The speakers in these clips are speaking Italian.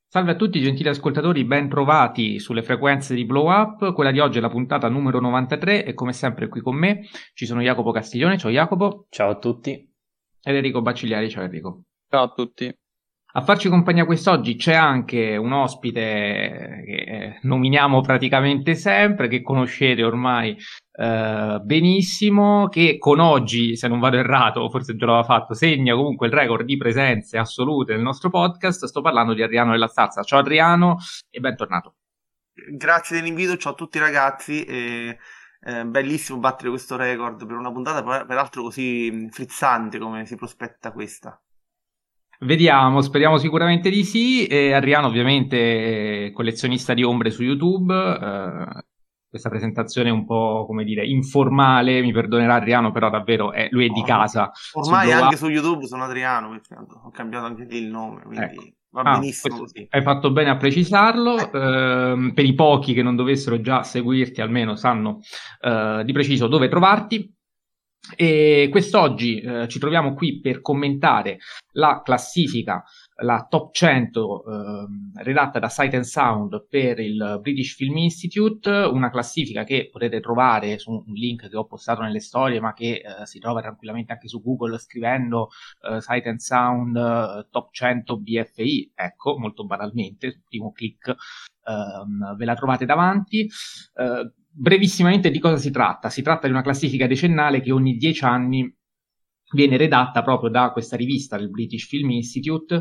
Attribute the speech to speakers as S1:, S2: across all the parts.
S1: Salve a tutti gentili ascoltatori, ben trovati sulle frequenze di Blow Up. Quella di oggi è la puntata numero 93 e come sempre qui con me ci sono Jacopo Castiglione, ciao Jacopo,
S2: Ciao a tutti.
S1: ed Enrico Baccigliari, ciao Enrico.
S3: Ciao a tutti.
S1: A farci compagnia quest'oggi c'è anche un ospite che nominiamo praticamente sempre, che conoscete ormai benissimo, che con oggi, se non vado errato, forse già l'aveva fatto, segna comunque il record di presenze assolute nel nostro podcast. Sto parlando di Adriano della Stazza. Ciao Adriano e bentornato.
S4: Grazie dell'invito, ciao a tutti ragazzi. Bellissimo battere questo record per una puntata peraltro così frizzante come si prospetta questa.
S1: Vediamo, speriamo sicuramente di sì. E Adriano ovviamente collezionista di ombre su YouTube. Questa presentazione è un po', come dire, informale, mi perdonerà Adriano, però davvero lui è di casa.
S4: Ormai anche su YouTube sono Adriano, perché ho cambiato anche lì il nome, quindi
S1: Ecco.
S4: va benissimo così.
S1: Hai fatto bene a precisarlo. Per i pochi che non dovessero già seguirti, almeno sanno di preciso dove trovarti. E quest'oggi ci troviamo qui per commentare la classifica, la top 100 redatta da Sight and Sound per il British Film Institute, una classifica che potete trovare su un link che ho postato nelle storie, ma che si trova tranquillamente anche su Google scrivendo Sight and Sound top 100 BFI, ecco, molto banalmente, sul primo click ve la trovate davanti. Brevissimamente di cosa si tratta? Si tratta di una classifica decennale che ogni 10 anni viene redatta proprio da questa rivista del British Film Institute.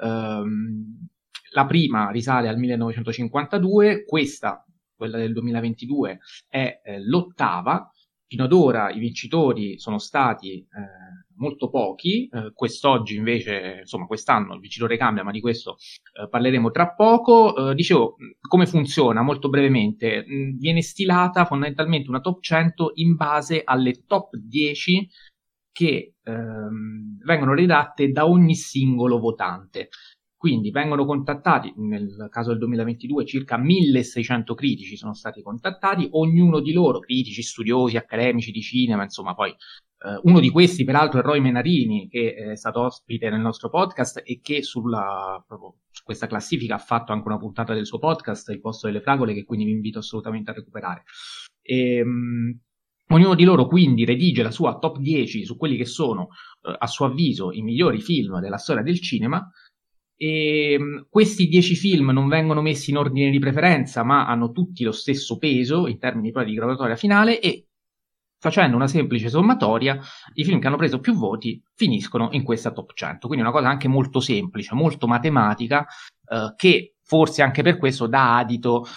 S1: La prima risale al 1952, quella del 2022, è l'ottava. Fino ad ora i vincitori sono stati molto pochi, quest'oggi invece, insomma quest'anno il vincitore cambia, ma di questo parleremo tra poco. Dicevo, come funziona? Molto brevemente, viene stilata fondamentalmente una top 100 in base alle top 10 che vengono redatte da ogni singolo votante. Quindi vengono contattati, nel caso del 2022, circa 1600 critici sono stati contattati, ognuno di loro, critici, studiosi, accademici di cinema, insomma, poi uno di questi peraltro è Roy Menarini, che è stato ospite nel nostro podcast e che proprio su questa classifica ha fatto anche una puntata del suo podcast, Il posto delle fragole, che quindi vi invito assolutamente a recuperare. Ognuno di loro quindi redige la sua top 10 su quelli che sono, a suo avviso, i migliori film della storia del cinema. E questi 10 film non vengono messi in ordine di preferenza, ma hanno tutti lo stesso peso in termini poi di graduatoria finale e facendo una semplice sommatoria, i film che hanno preso più voti finiscono in questa top 100. Quindi una cosa anche molto semplice, molto matematica, che forse anche per questo dà adito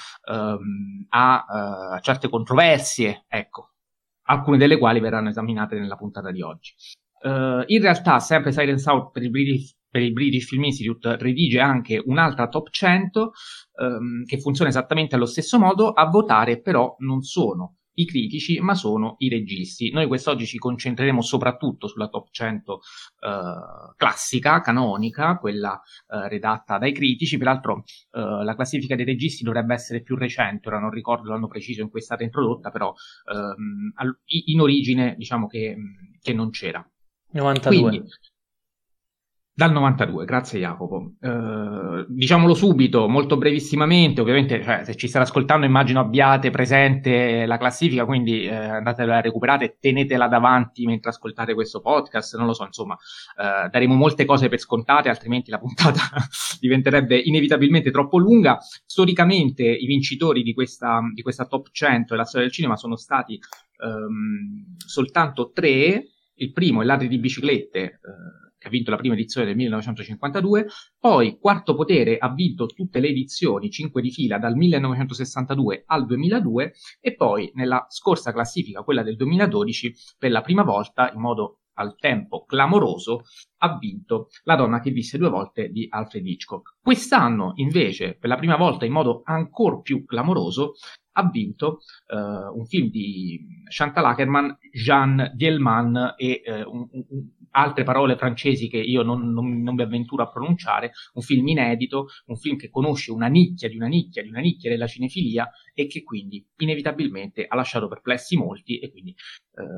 S1: a certe controversie, ecco, alcune delle quali verranno esaminate nella puntata di oggi. In realtà, sempre Silent Sound per il British Film Institute redige anche un'altra top 100 che funziona esattamente allo stesso modo. A votare però non sono i critici, ma sono i registi. Noi quest'oggi ci concentreremo soprattutto sulla top 100 classica, canonica, quella redatta dai critici. Peraltro la classifica dei registi dovrebbe essere più recente, ora non ricordo l'anno preciso in cui è stata introdotta, però in origine diciamo che non c'era.
S2: 92.
S1: Quindi, dal 92, grazie Jacopo. Diciamolo subito, molto brevissimamente, ovviamente cioè, se ci state ascoltando immagino abbiate presente la classifica, quindi andatela a recuperare e tenetela davanti mentre ascoltate questo podcast, non lo so, insomma, daremo molte cose per scontate, altrimenti la puntata diventerebbe inevitabilmente troppo lunga. Storicamente i vincitori di questa top 100 della storia del cinema sono stati soltanto 3. Il primo è Ladri di biciclette, che ha vinto la prima edizione del 1952, poi Quarto Potere ha vinto tutte le edizioni, 5 di fila, dal 1962 al 2002, e poi nella scorsa classifica, quella del 2012, per la prima volta, in modo al tempo clamoroso, ha vinto La donna che visse due volte di Alfred Hitchcock. Quest'anno, invece, per la prima volta, in modo ancora più clamoroso, ha vinto un film di Chantal Akerman, Jeanne Dielman e altre parole francesi che io non mi avventuro a pronunciare, un film inedito, un film che conosce una nicchia di una nicchia di una nicchia della cinefilia e che quindi inevitabilmente ha lasciato perplessi molti e quindi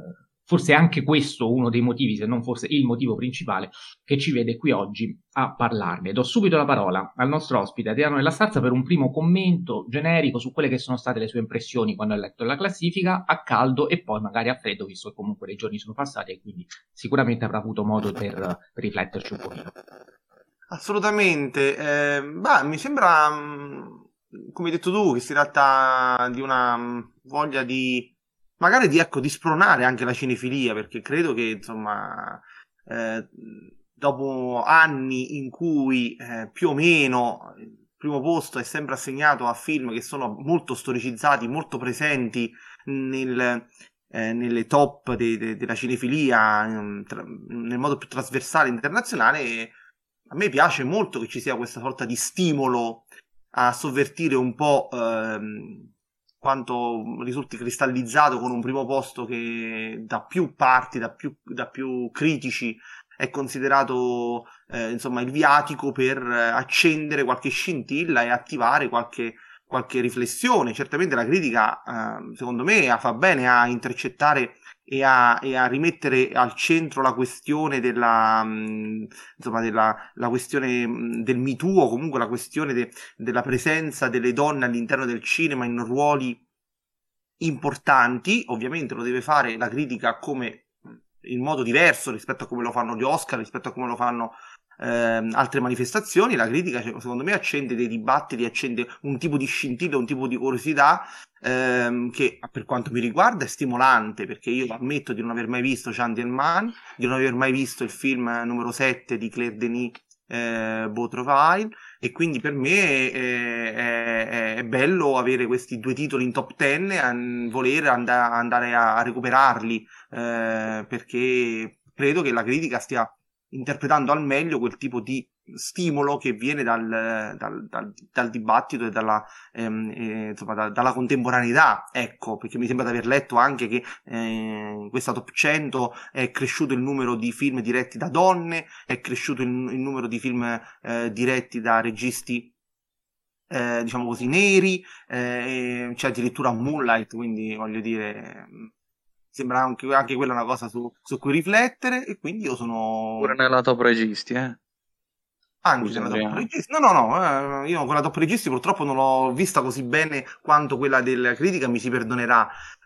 S1: forse è anche questo uno dei motivi, se non forse il motivo principale, che ci vede qui oggi a parlarne. Do subito la parola al nostro ospite, Adriano Della Sarza, per un primo commento generico su quelle che sono state le sue impressioni quando ha letto la classifica, a caldo e poi magari a freddo, visto che comunque dei giorni sono passati e quindi sicuramente avrà avuto modo per rifletterci un pochino.
S4: Assolutamente, mi sembra, come hai detto tu, che si tratta di una voglia di, magari ecco, di spronare anche la cinefilia, perché credo che, insomma, eh, dopo anni in cui più o meno il primo posto è sempre assegnato a film che sono molto storicizzati, molto presenti nel, nelle top della cinefilia, nel modo più trasversale internazionale. A me piace molto che ci sia questa sorta di stimolo a sovvertire un po' quanto risulti cristallizzato con un primo posto che da più parti, da più critici è considerato insomma il viatico per accendere qualche scintilla e attivare qualche riflessione. Certamente la critica, secondo me, fa bene a intercettare e a rimettere al centro la questione insomma, la questione del Me Too, o comunque la questione della presenza delle donne all'interno del cinema in ruoli importanti. Ovviamente lo deve fare la critica come in modo diverso rispetto a come lo fanno gli Oscar, rispetto a come lo fanno altre manifestazioni. La critica, secondo me, accende dei dibattiti, accende un tipo di scintilla, un tipo di curiosità che per quanto mi riguarda è stimolante, perché io ammetto di non aver mai visto Gentleman, di non aver mai visto il film numero 7 di Claire Denis, Beau Travail, e quindi per me è bello avere questi due titoli in top 10 e voler andare a recuperarli, perché credo che la critica stia interpretando al meglio quel tipo di stimolo che viene dal dibattito e insomma, dalla contemporaneità, ecco, perché mi sembra di aver letto anche che in questa top 100 è cresciuto il numero di film diretti da donne, è cresciuto il numero di film diretti da registi diciamo così neri, c'è addirittura Moonlight, quindi voglio dire, sembra anche quella una cosa su cui riflettere, e quindi io
S2: Pure
S4: sono
S2: nella top registi,
S4: anche
S2: Scusa,
S4: nella top
S2: Adriano.
S4: registi. No, io quella top registi purtroppo non l'ho vista così bene quanto quella della critica, mi si perdonerà.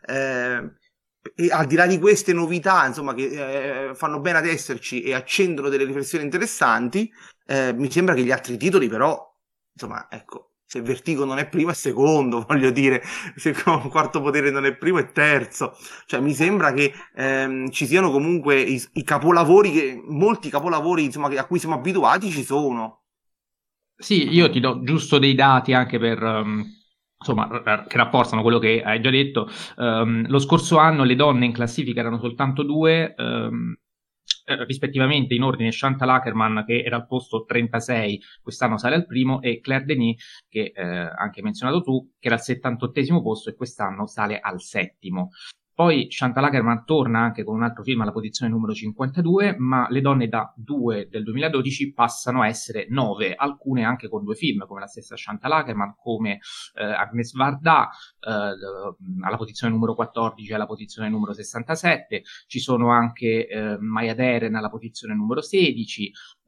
S4: E al di là di queste novità, insomma, che fanno bene ad esserci e accendono delle riflessioni interessanti, mi sembra che gli altri titoli, però, insomma, ecco, se Vertigo non è primo è secondo, voglio dire, se Quarto Potere non è primo è terzo. Cioè, mi sembra che ci siano comunque i capolavori, molti capolavori, insomma, a cui siamo abituati ci sono.
S1: Sì, io ti do giusto dei dati anche per, insomma, che rafforzano quello che hai già detto. Lo scorso anno le donne in classifica erano soltanto due, rispettivamente in ordine Chantal Akerman, che era al posto 36, quest'anno sale al primo, e Claire Denis, che anche menzionato tu, che era al 78esimo posto e quest'anno sale al settimo. Poi Chantal Akerman torna anche con un altro film alla posizione numero 52, ma le donne da 2 del 2012 passano a essere 9, alcune anche con due film, come la stessa Chantal Akerman, come Agnes Varda alla posizione numero 14 e alla posizione numero 67. Ci sono anche Maya Deren alla posizione numero 16,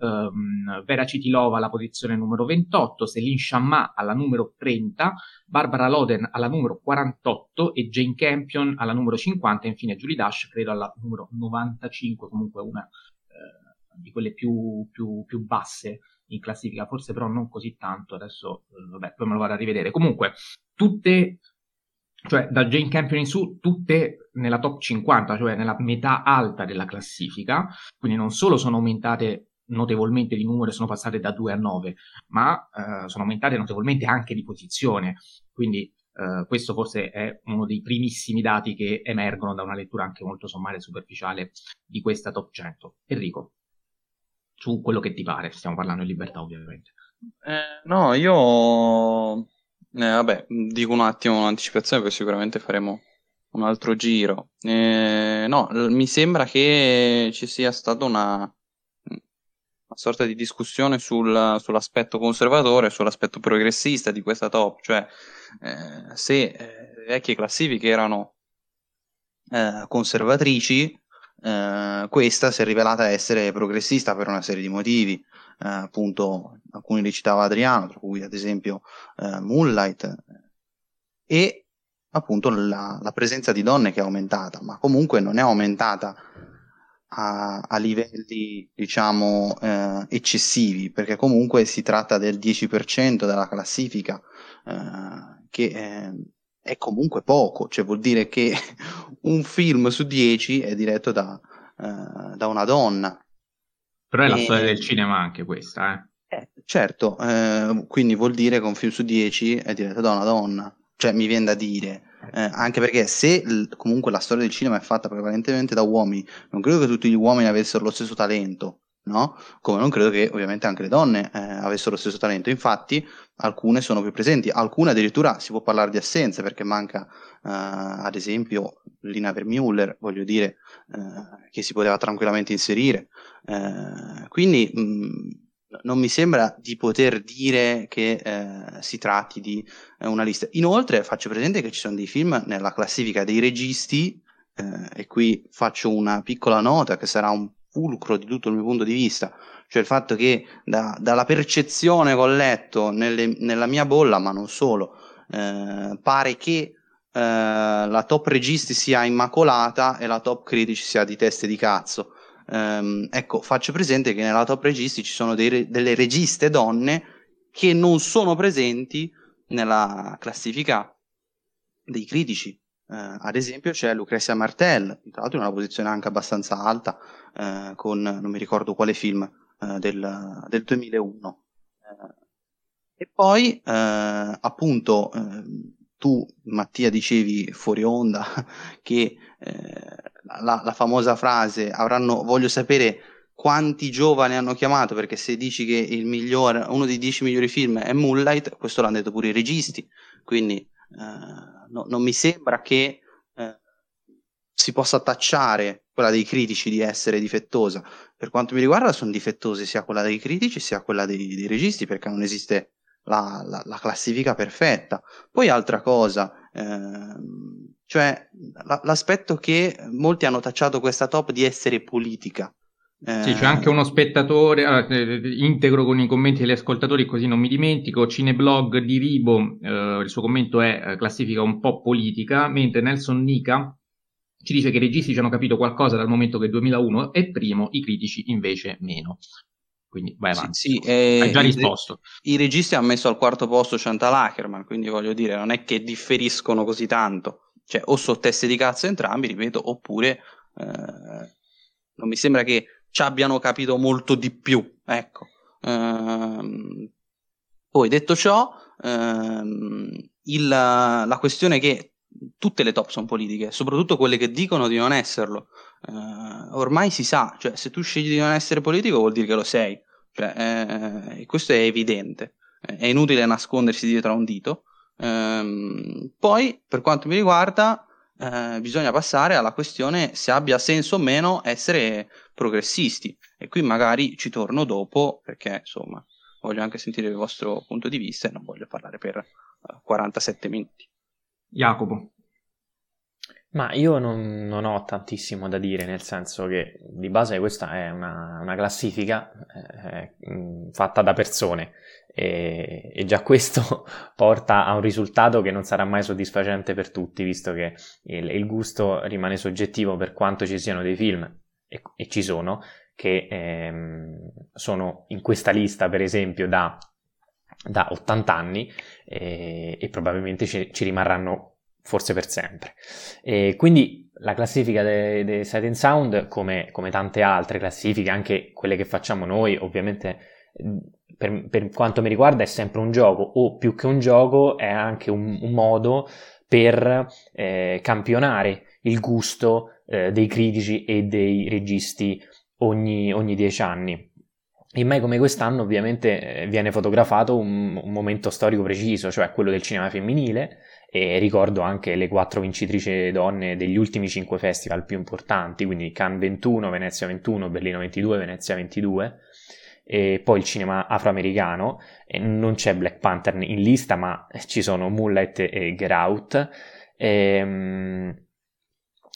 S1: Vera Citilova alla posizione numero 28, Céline Sciamma alla numero 30, Barbara Loden alla numero 48 e Jane Campion alla numero 50, e infine Julie Dash credo alla numero 95, comunque una di quelle più basse in classifica, forse però non così tanto, adesso vabbè, poi me lo vado a rivedere. Comunque, tutte, cioè da Jane Campion in su, tutte nella top 50, cioè nella metà alta della classifica, quindi non solo sono aumentate notevolmente di numero e sono passate da 2 a 9, ma sono aumentate notevolmente anche di posizione, quindi questo forse è uno dei primissimi dati che emergono da una lettura anche molto sommaria e superficiale di questa top 100. Enrico, su quello che ti pare, stiamo parlando in libertà ovviamente.
S2: No, io vabbè, dico un attimo un'anticipazione, poi sicuramente faremo un altro giro. No, mi sembra che ci sia stata una sorta di discussione sull'aspetto conservatore, sull'aspetto progressista di questa top, cioè se le vecchie classifiche erano conservatrici, questa si è rivelata essere progressista per una serie di motivi, appunto alcuni li citava Adriano, tra cui ad esempio Moonlight, e appunto la presenza di donne che è aumentata, ma comunque non è aumentata a livelli, diciamo, eccessivi, perché comunque si tratta del 10% della classifica, che è comunque poco, cioè vuol dire che un film su 10 è diretto da una donna.
S1: Però è la storia del cinema anche questa,
S2: Certo, quindi vuol dire che un film su 10 è diretto da una donna, cioè mi viene da dire, anche perché se comunque la storia del cinema è fatta prevalentemente da uomini, non credo che tutti gli uomini avessero lo stesso talento, no? Come non credo che ovviamente anche le donne avessero lo stesso talento, infatti alcune sono più presenti, alcune addirittura si può parlare di assenze perché manca ad esempio Lina Vermeulen, voglio dire, che si poteva tranquillamente inserire, quindi non mi sembra di poter dire che si tratti di una lista. Inoltre faccio presente che ci sono dei film nella classifica dei registi, e qui faccio una piccola nota che sarà un fulcro di tutto il mio punto di vista, cioè il fatto che dalla percezione che ho letto nella mia bolla, ma non solo, pare che la top registi sia immacolata e la top critici sia di teste di cazzo. Ecco, faccio presente che nella top registi ci sono delle registe donne che non sono presenti nella classifica dei critici. Ad esempio c'è Lucrezia Martel, tra l'altro in una posizione anche abbastanza alta, con non mi ricordo quale film del 2001. E poi appunto tu Mattia dicevi fuori onda che la famosa frase voglio sapere quanti giovani hanno chiamato, perché se dici che uno dei 10 migliori film è Moonlight, questo l'hanno detto pure i registi, quindi non mi sembra che si possa tacciare quella dei critici di essere difettosa. Per quanto mi riguarda sono difettose sia quella dei critici sia quella dei registi, perché non esiste la classifica perfetta. Poi altra cosa, cioè l'aspetto che molti hanno tacciato questa top di essere politica.
S1: Sì, c'è anche uno spettatore, integro con i commenti degli ascoltatori così non mi dimentico, Cineblog di Ribo, il suo commento è classifica un po' politica, mentre Nelson Nica ci dice che i registi ci hanno capito qualcosa dal momento che il 2001 è primo, i critici invece meno. Quindi vai avanti.
S2: Sì,
S1: hai già risposto.
S2: I registi hanno messo al quarto posto Chantal Akerman, quindi voglio dire, non è che differiscono così tanto, cioè o sono teste di cazzo entrambi, ripeto, oppure non mi sembra che ci abbiano capito molto di più, ecco. Poi detto ciò, la questione è che tutte le top sono politiche, soprattutto quelle che dicono di non esserlo. Ormai si sa, cioè se tu scegli di non essere politico vuol dire che lo sei, cioè, questo è evidente, è inutile nascondersi dietro a un dito. Poi per quanto mi riguarda bisogna passare alla questione se abbia senso o meno essere progressisti, e qui magari ci torno dopo perché insomma voglio anche sentire il vostro punto di vista e non voglio parlare per 47 minuti.
S1: Jacopo.
S3: Ma io non ho tantissimo da dire, nel senso che di base questa è una classifica fatta da persone e già questo porta a un risultato che non sarà mai soddisfacente per tutti, visto che il gusto rimane soggettivo, per quanto ci siano dei film, e ci sono, che sono in questa lista per esempio da 80 anni e probabilmente ci rimarranno forse per sempre. E quindi la classifica dei Sight and Sound, come tante altre classifiche, anche quelle che facciamo noi, ovviamente per quanto mi riguarda è sempre un gioco, o più che un gioco è anche un modo per campionare il gusto dei critici e dei registi ogni 10 anni. E mai come quest'anno ovviamente viene fotografato un momento storico preciso, cioè quello del cinema femminile, e ricordo anche le 4 vincitrici donne degli ultimi 5 festival più importanti, quindi Cannes 21, Venezia 21, Berlino 22, Venezia 22, e poi il cinema afroamericano, e non c'è Black Panther in lista, ma ci sono Moonlight e Get Out,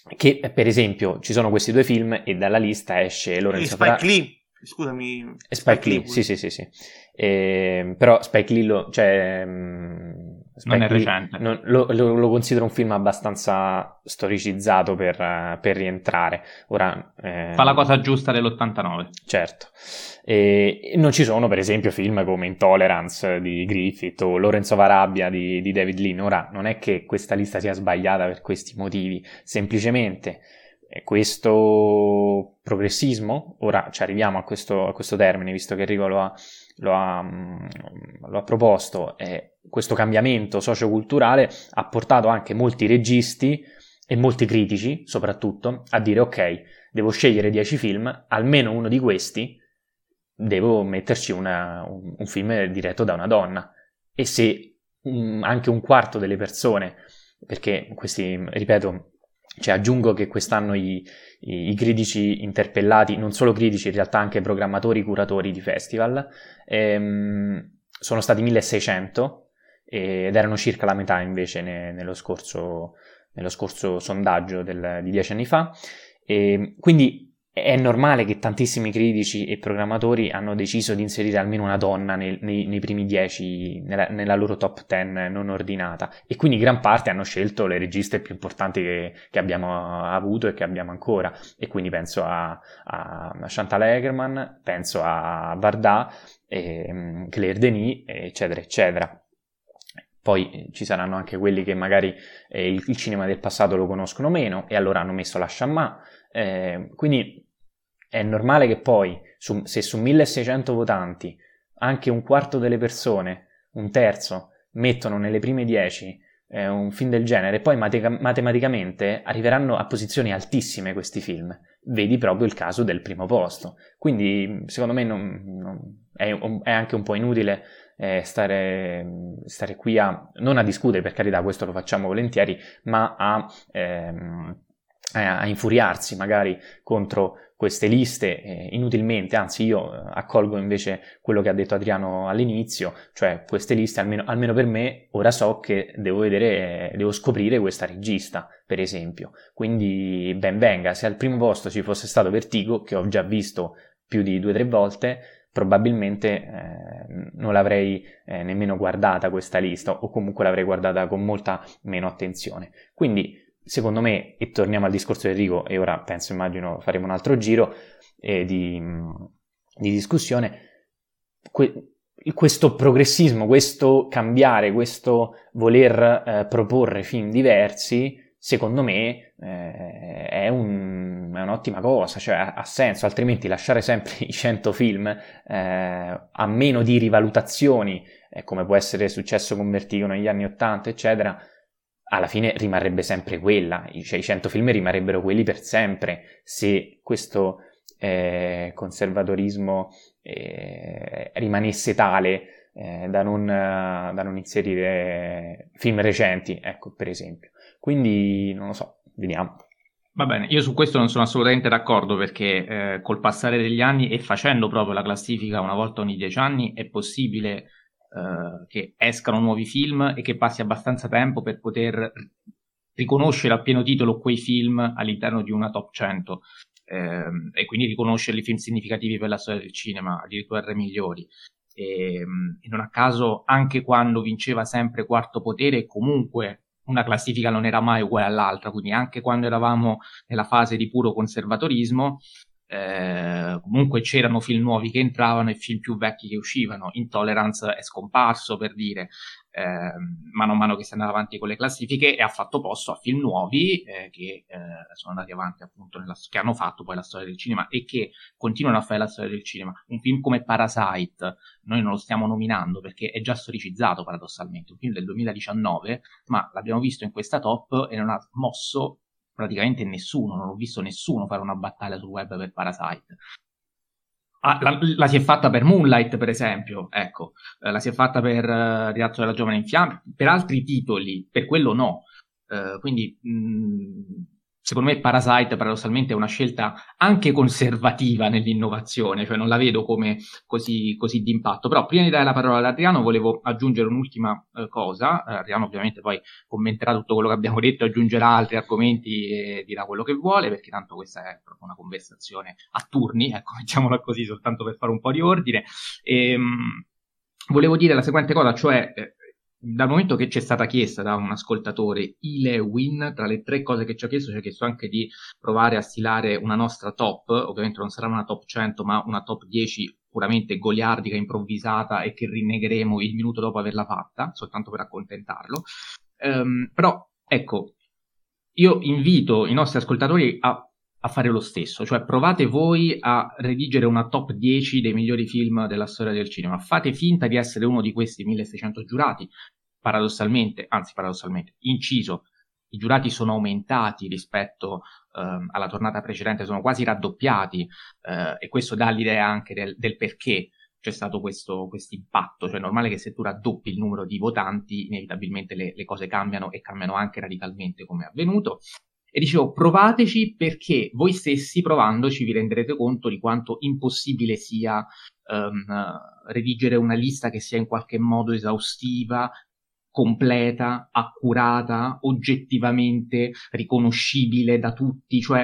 S3: che per esempio ci sono questi due film e dalla lista esce Lorenzo
S4: Spike Lee, scusami.
S3: Spike Lee, sì. Però Spike Lee
S1: non è recente.
S3: Lo considero un film abbastanza storicizzato per rientrare. Ora,
S1: fa la cosa giusta dell'89.
S3: Certo. E non ci sono, per esempio, film come Intolerance di Griffith o Lawrence of Arabia di David Lean. Ora, non è che questa lista sia sbagliata per questi motivi, semplicemente questo progressismo, ora ci arriviamo a questo termine, visto che Enrico lo ha proposto, questo cambiamento socioculturale ha portato anche molti registi e molti critici, soprattutto, a dire ok, devo scegliere 10 film, almeno uno di questi devo metterci un film diretto da una donna. E se anche un quarto delle persone, perché questi, ripeto, cioè aggiungo che quest'anno i critici interpellati, non solo critici, in realtà anche programmatori, curatori di festival, sono stati 1600 ed erano circa la metà invece nello scorso sondaggio di 10 anni fa. E quindi è normale che tantissimi critici e programmatori hanno deciso di inserire almeno una donna nei primi 10, nella loro top 10 non ordinata, e quindi gran parte hanno scelto le registe più importanti che abbiamo avuto e che abbiamo ancora, e quindi penso a Chantal Akerman, penso a Varda, Claire Denis, eccetera eccetera. Poi ci saranno anche quelli che magari il cinema del passato lo conoscono meno e allora hanno messo la Sciamma. Quindi è normale che poi se su 1600 votanti anche un quarto delle persone, un terzo, mettono nelle prime 10 un film del genere, poi matematicamente arriveranno a posizioni altissime questi film. Vedi proprio il caso del primo posto. Quindi secondo me è anche un po' inutile stare qui non a discutere, per carità, questo lo facciamo volentieri, ma a infuriarsi magari contro queste liste inutilmente. Anzi, io accolgo invece quello che ha detto Adriano all'inizio, cioè queste liste almeno per me ora so che devo scoprire questa regista, per esempio, quindi ben venga. Se al primo posto ci fosse stato Vertigo, che ho già visto più di 2 o 3 volte, probabilmente non l'avrei nemmeno guardata questa lista, o comunque l'avrei guardata con molta meno attenzione. Quindi secondo me, e torniamo al discorso di Enrico, e ora immagino faremo un altro giro di discussione, questo progressismo, questo cambiare, questo voler proporre film diversi, secondo me è un'ottima cosa, cioè ha senso, altrimenti lasciare sempre i 100 film a meno di rivalutazioni, come può essere successo con Vertigo negli anni 80, eccetera, alla fine rimarrebbe sempre quella, cioè i 100 film rimarrebbero quelli per sempre, se questo conservatorismo rimanesse tale da non inserire film recenti, ecco, per esempio. Quindi non lo so, vediamo.
S1: Va bene, io su questo non sono assolutamente d'accordo, perché col passare degli anni e facendo proprio la classifica una volta ogni 10 anni è possibile che escano nuovi film e che passi abbastanza tempo per poter riconoscere a pieno titolo quei film all'interno di una top 100 e quindi riconoscerli film significativi per la storia del cinema, addirittura tra i migliori. E non a caso, anche quando vinceva sempre Quarto Potere, comunque una classifica non era mai uguale all'altra, quindi anche quando eravamo nella fase di puro conservatorismo, comunque c'erano film nuovi che entravano e film più vecchi che uscivano. Intolerance è scomparso, per dire, mano a mano che si andava avanti con le classifiche, e ha fatto posto a film nuovi che sono andati avanti, appunto, che hanno fatto poi la storia del cinema e che continuano a fare la storia del cinema. Un film come Parasite noi non lo stiamo nominando perché è già storicizzato, paradossalmente, un film del 2019, ma l'abbiamo visto in questa top e non ha mosso praticamente nessuno, non ho visto nessuno fare una battaglia sul web per Parasite. La si è fatta per Moonlight, per esempio, ecco, la si è fatta per Rialzo della Giovane in Fiamme, per altri titoli, per quello no. Quindi secondo me Parasite paradossalmente è una scelta anche conservativa nell'innovazione, cioè non la vedo come così d'impatto. Però prima di dare la parola ad Adriano volevo aggiungere un'ultima cosa. Adriano ovviamente poi commenterà tutto quello che abbiamo detto, aggiungerà altri argomenti e dirà quello che vuole, perché tanto questa è proprio una conversazione a turni, ecco, mettiamola così, soltanto per fare un po' di ordine. Volevo dire la seguente cosa, cioè dal momento che ci è stata chiesta da un ascoltatore Ile-Win, tra le 3 cose che ci ha chiesto anche di provare a stilare una nostra top, ovviamente non sarà una top 100 ma una top 10 puramente goliardica, improvvisata e che rinnegheremo il minuto dopo averla fatta, soltanto per accontentarlo. Però ecco, io invito i nostri ascoltatori a fare lo stesso, cioè provate voi a redigere una top 10 dei migliori film della storia del cinema, fate finta di essere uno di questi 1600 giurati, paradossalmente, inciso, i giurati sono aumentati rispetto alla tornata precedente, sono quasi raddoppiati, e questo dà l'idea anche del perché c'è stato questo impatto, cioè è normale che se tu raddoppi il numero di votanti, inevitabilmente le cose cambiano e cambiano anche radicalmente come è avvenuto. E dicevo, provateci perché voi stessi provandoci vi renderete conto di quanto impossibile sia redigere una lista che sia in qualche modo esaustiva, completa, accurata, oggettivamente riconoscibile da tutti, cioè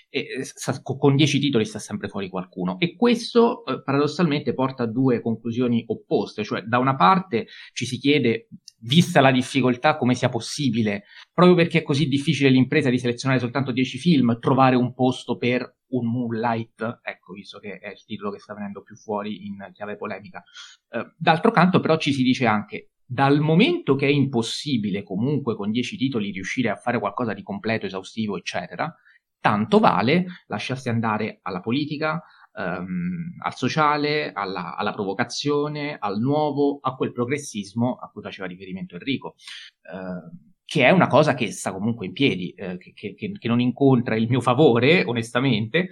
S1: con 10 titoli sta sempre fuori qualcuno. E questo paradossalmente porta a 2 conclusioni opposte, cioè da una parte ci si chiede, vista la difficoltà, come sia possibile, proprio perché è così difficile l'impresa di selezionare soltanto 10 film, trovare un posto per un Moonlight, ecco, visto che è il titolo che sta venendo più fuori in chiave polemica. D'altro canto però ci si dice anche, dal momento che è impossibile comunque con 10 titoli riuscire a fare qualcosa di completo, esaustivo, eccetera, tanto vale lasciarsi andare alla politica, al sociale, alla provocazione, al nuovo, a quel progressismo a cui faceva riferimento Enrico, che è una cosa che sta comunque in piedi, che non incontra il mio favore, onestamente,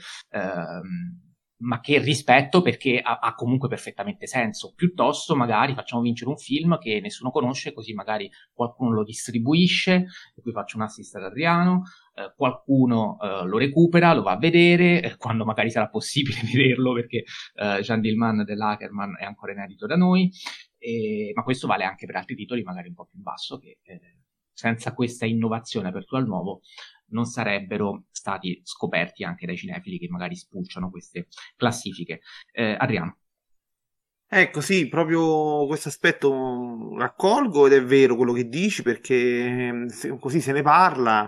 S1: ma che rispetto perché ha comunque perfettamente senso. Piuttosto magari facciamo vincere un film che nessuno conosce, così magari qualcuno lo distribuisce, e qui faccio un assist ad Adriano, qualcuno lo recupera, lo va a vedere, quando magari sarà possibile vederlo, perché Jean Dillman dell'Ackerman è ancora inedito da noi, ma questo vale anche per altri titoli magari un po' più in basso, che senza questa innovazione, apertura al nuovo, non sarebbero stati scoperti anche dai cinefili che magari spulciano queste classifiche. Adriano.
S4: Ecco, sì, proprio questo aspetto raccolgo ed è vero quello che dici, perché così se ne parla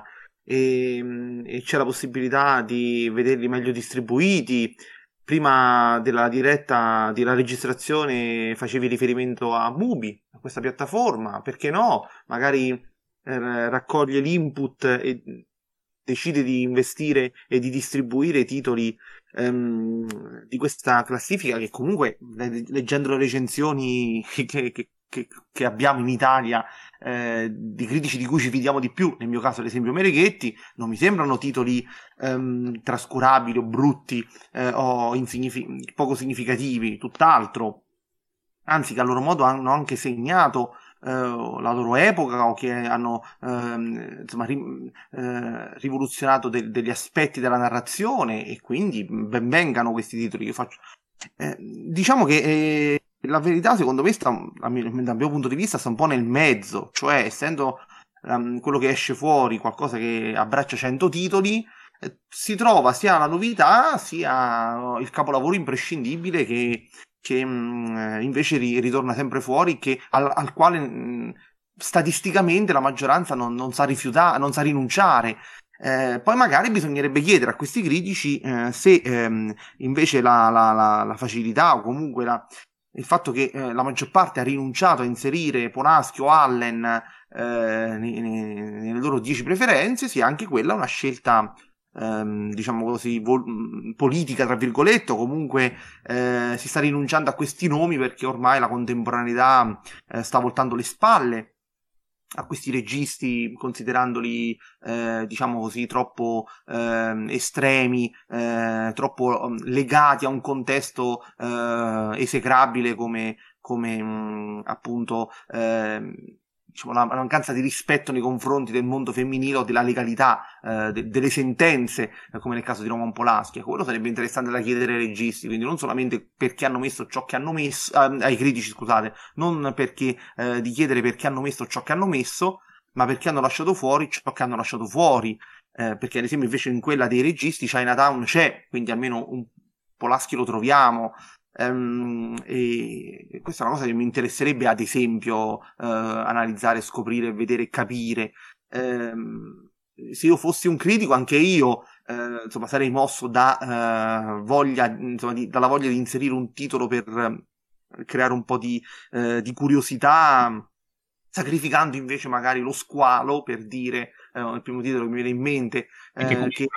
S4: e c'è la possibilità di vederli meglio distribuiti. Prima della diretta, della registrazione, facevi riferimento a Mubi, a questa piattaforma, perché no? Magari raccoglie l'input e decide di investire e di distribuire titoli di questa classifica, che comunque, leggendo le recensioni che abbiamo in Italia, di critici di cui ci fidiamo di più, nel mio caso ad esempio Mereghetti, non mi sembrano titoli trascurabili o brutti o poco significativi, tutt'altro, anzi che a loro modo hanno anche segnato la loro epoca, o che hanno insomma rivoluzionato degli aspetti della narrazione, e quindi ben vengano questi titoli che faccio. Diciamo che la verità, secondo me, dal mio punto di vista, sta un po' nel mezzo, cioè essendo quello che esce fuori qualcosa che abbraccia 100 titoli, si trova sia la novità sia il capolavoro imprescindibile che invece ritorna sempre fuori, al quale statisticamente la maggioranza non sa rifiutare, non sa rinunciare. Poi magari bisognerebbe chiedere a questi critici se invece la facilità, o comunque il fatto che la maggior parte ha rinunciato a inserire Polanski o Allen nelle loro 10 preferenze, sia anche quella una scelta diciamo così politica, tra virgolette, o comunque si sta rinunciando a questi nomi perché ormai la contemporaneità sta voltando le spalle a questi registi, considerandoli diciamo così troppo estremi, troppo legati a un contesto esecrabile come appunto diciamo, la mancanza di rispetto nei confronti del mondo femminile o della legalità delle sentenze, come nel caso di Roman Polanski. Quello sarebbe interessante da chiedere ai registi, quindi non solamente perché hanno messo ciò che hanno messo, ai critici, scusate, non perché di chiedere perché hanno messo ciò che hanno messo, ma perché hanno lasciato fuori ciò che hanno lasciato fuori. Perché ad esempio invece in quella dei registi Chinatown c'è, quindi almeno un Polanski lo troviamo. E questa è una cosa che mi interesserebbe ad esempio analizzare, scoprire, vedere e capire. Se io fossi un critico, anche io insomma, sarei mosso da voglia, insomma, dalla voglia di inserire un titolo per creare un po' di curiosità, sacrificando invece magari lo squalo, per dire il primo titolo che mi viene in mente che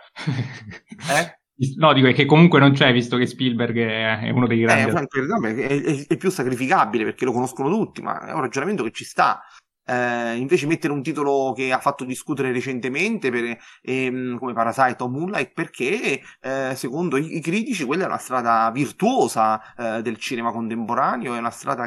S1: no, dico che comunque non c'è, visto che Spielberg è uno dei grandi
S4: è più sacrificabile perché lo conoscono tutti, ma è un ragionamento che ci sta. Invece mettere un titolo che ha fatto discutere recentemente come Parasite o Moonlight, perché secondo i critici quella è una strada virtuosa del cinema contemporaneo, è una strada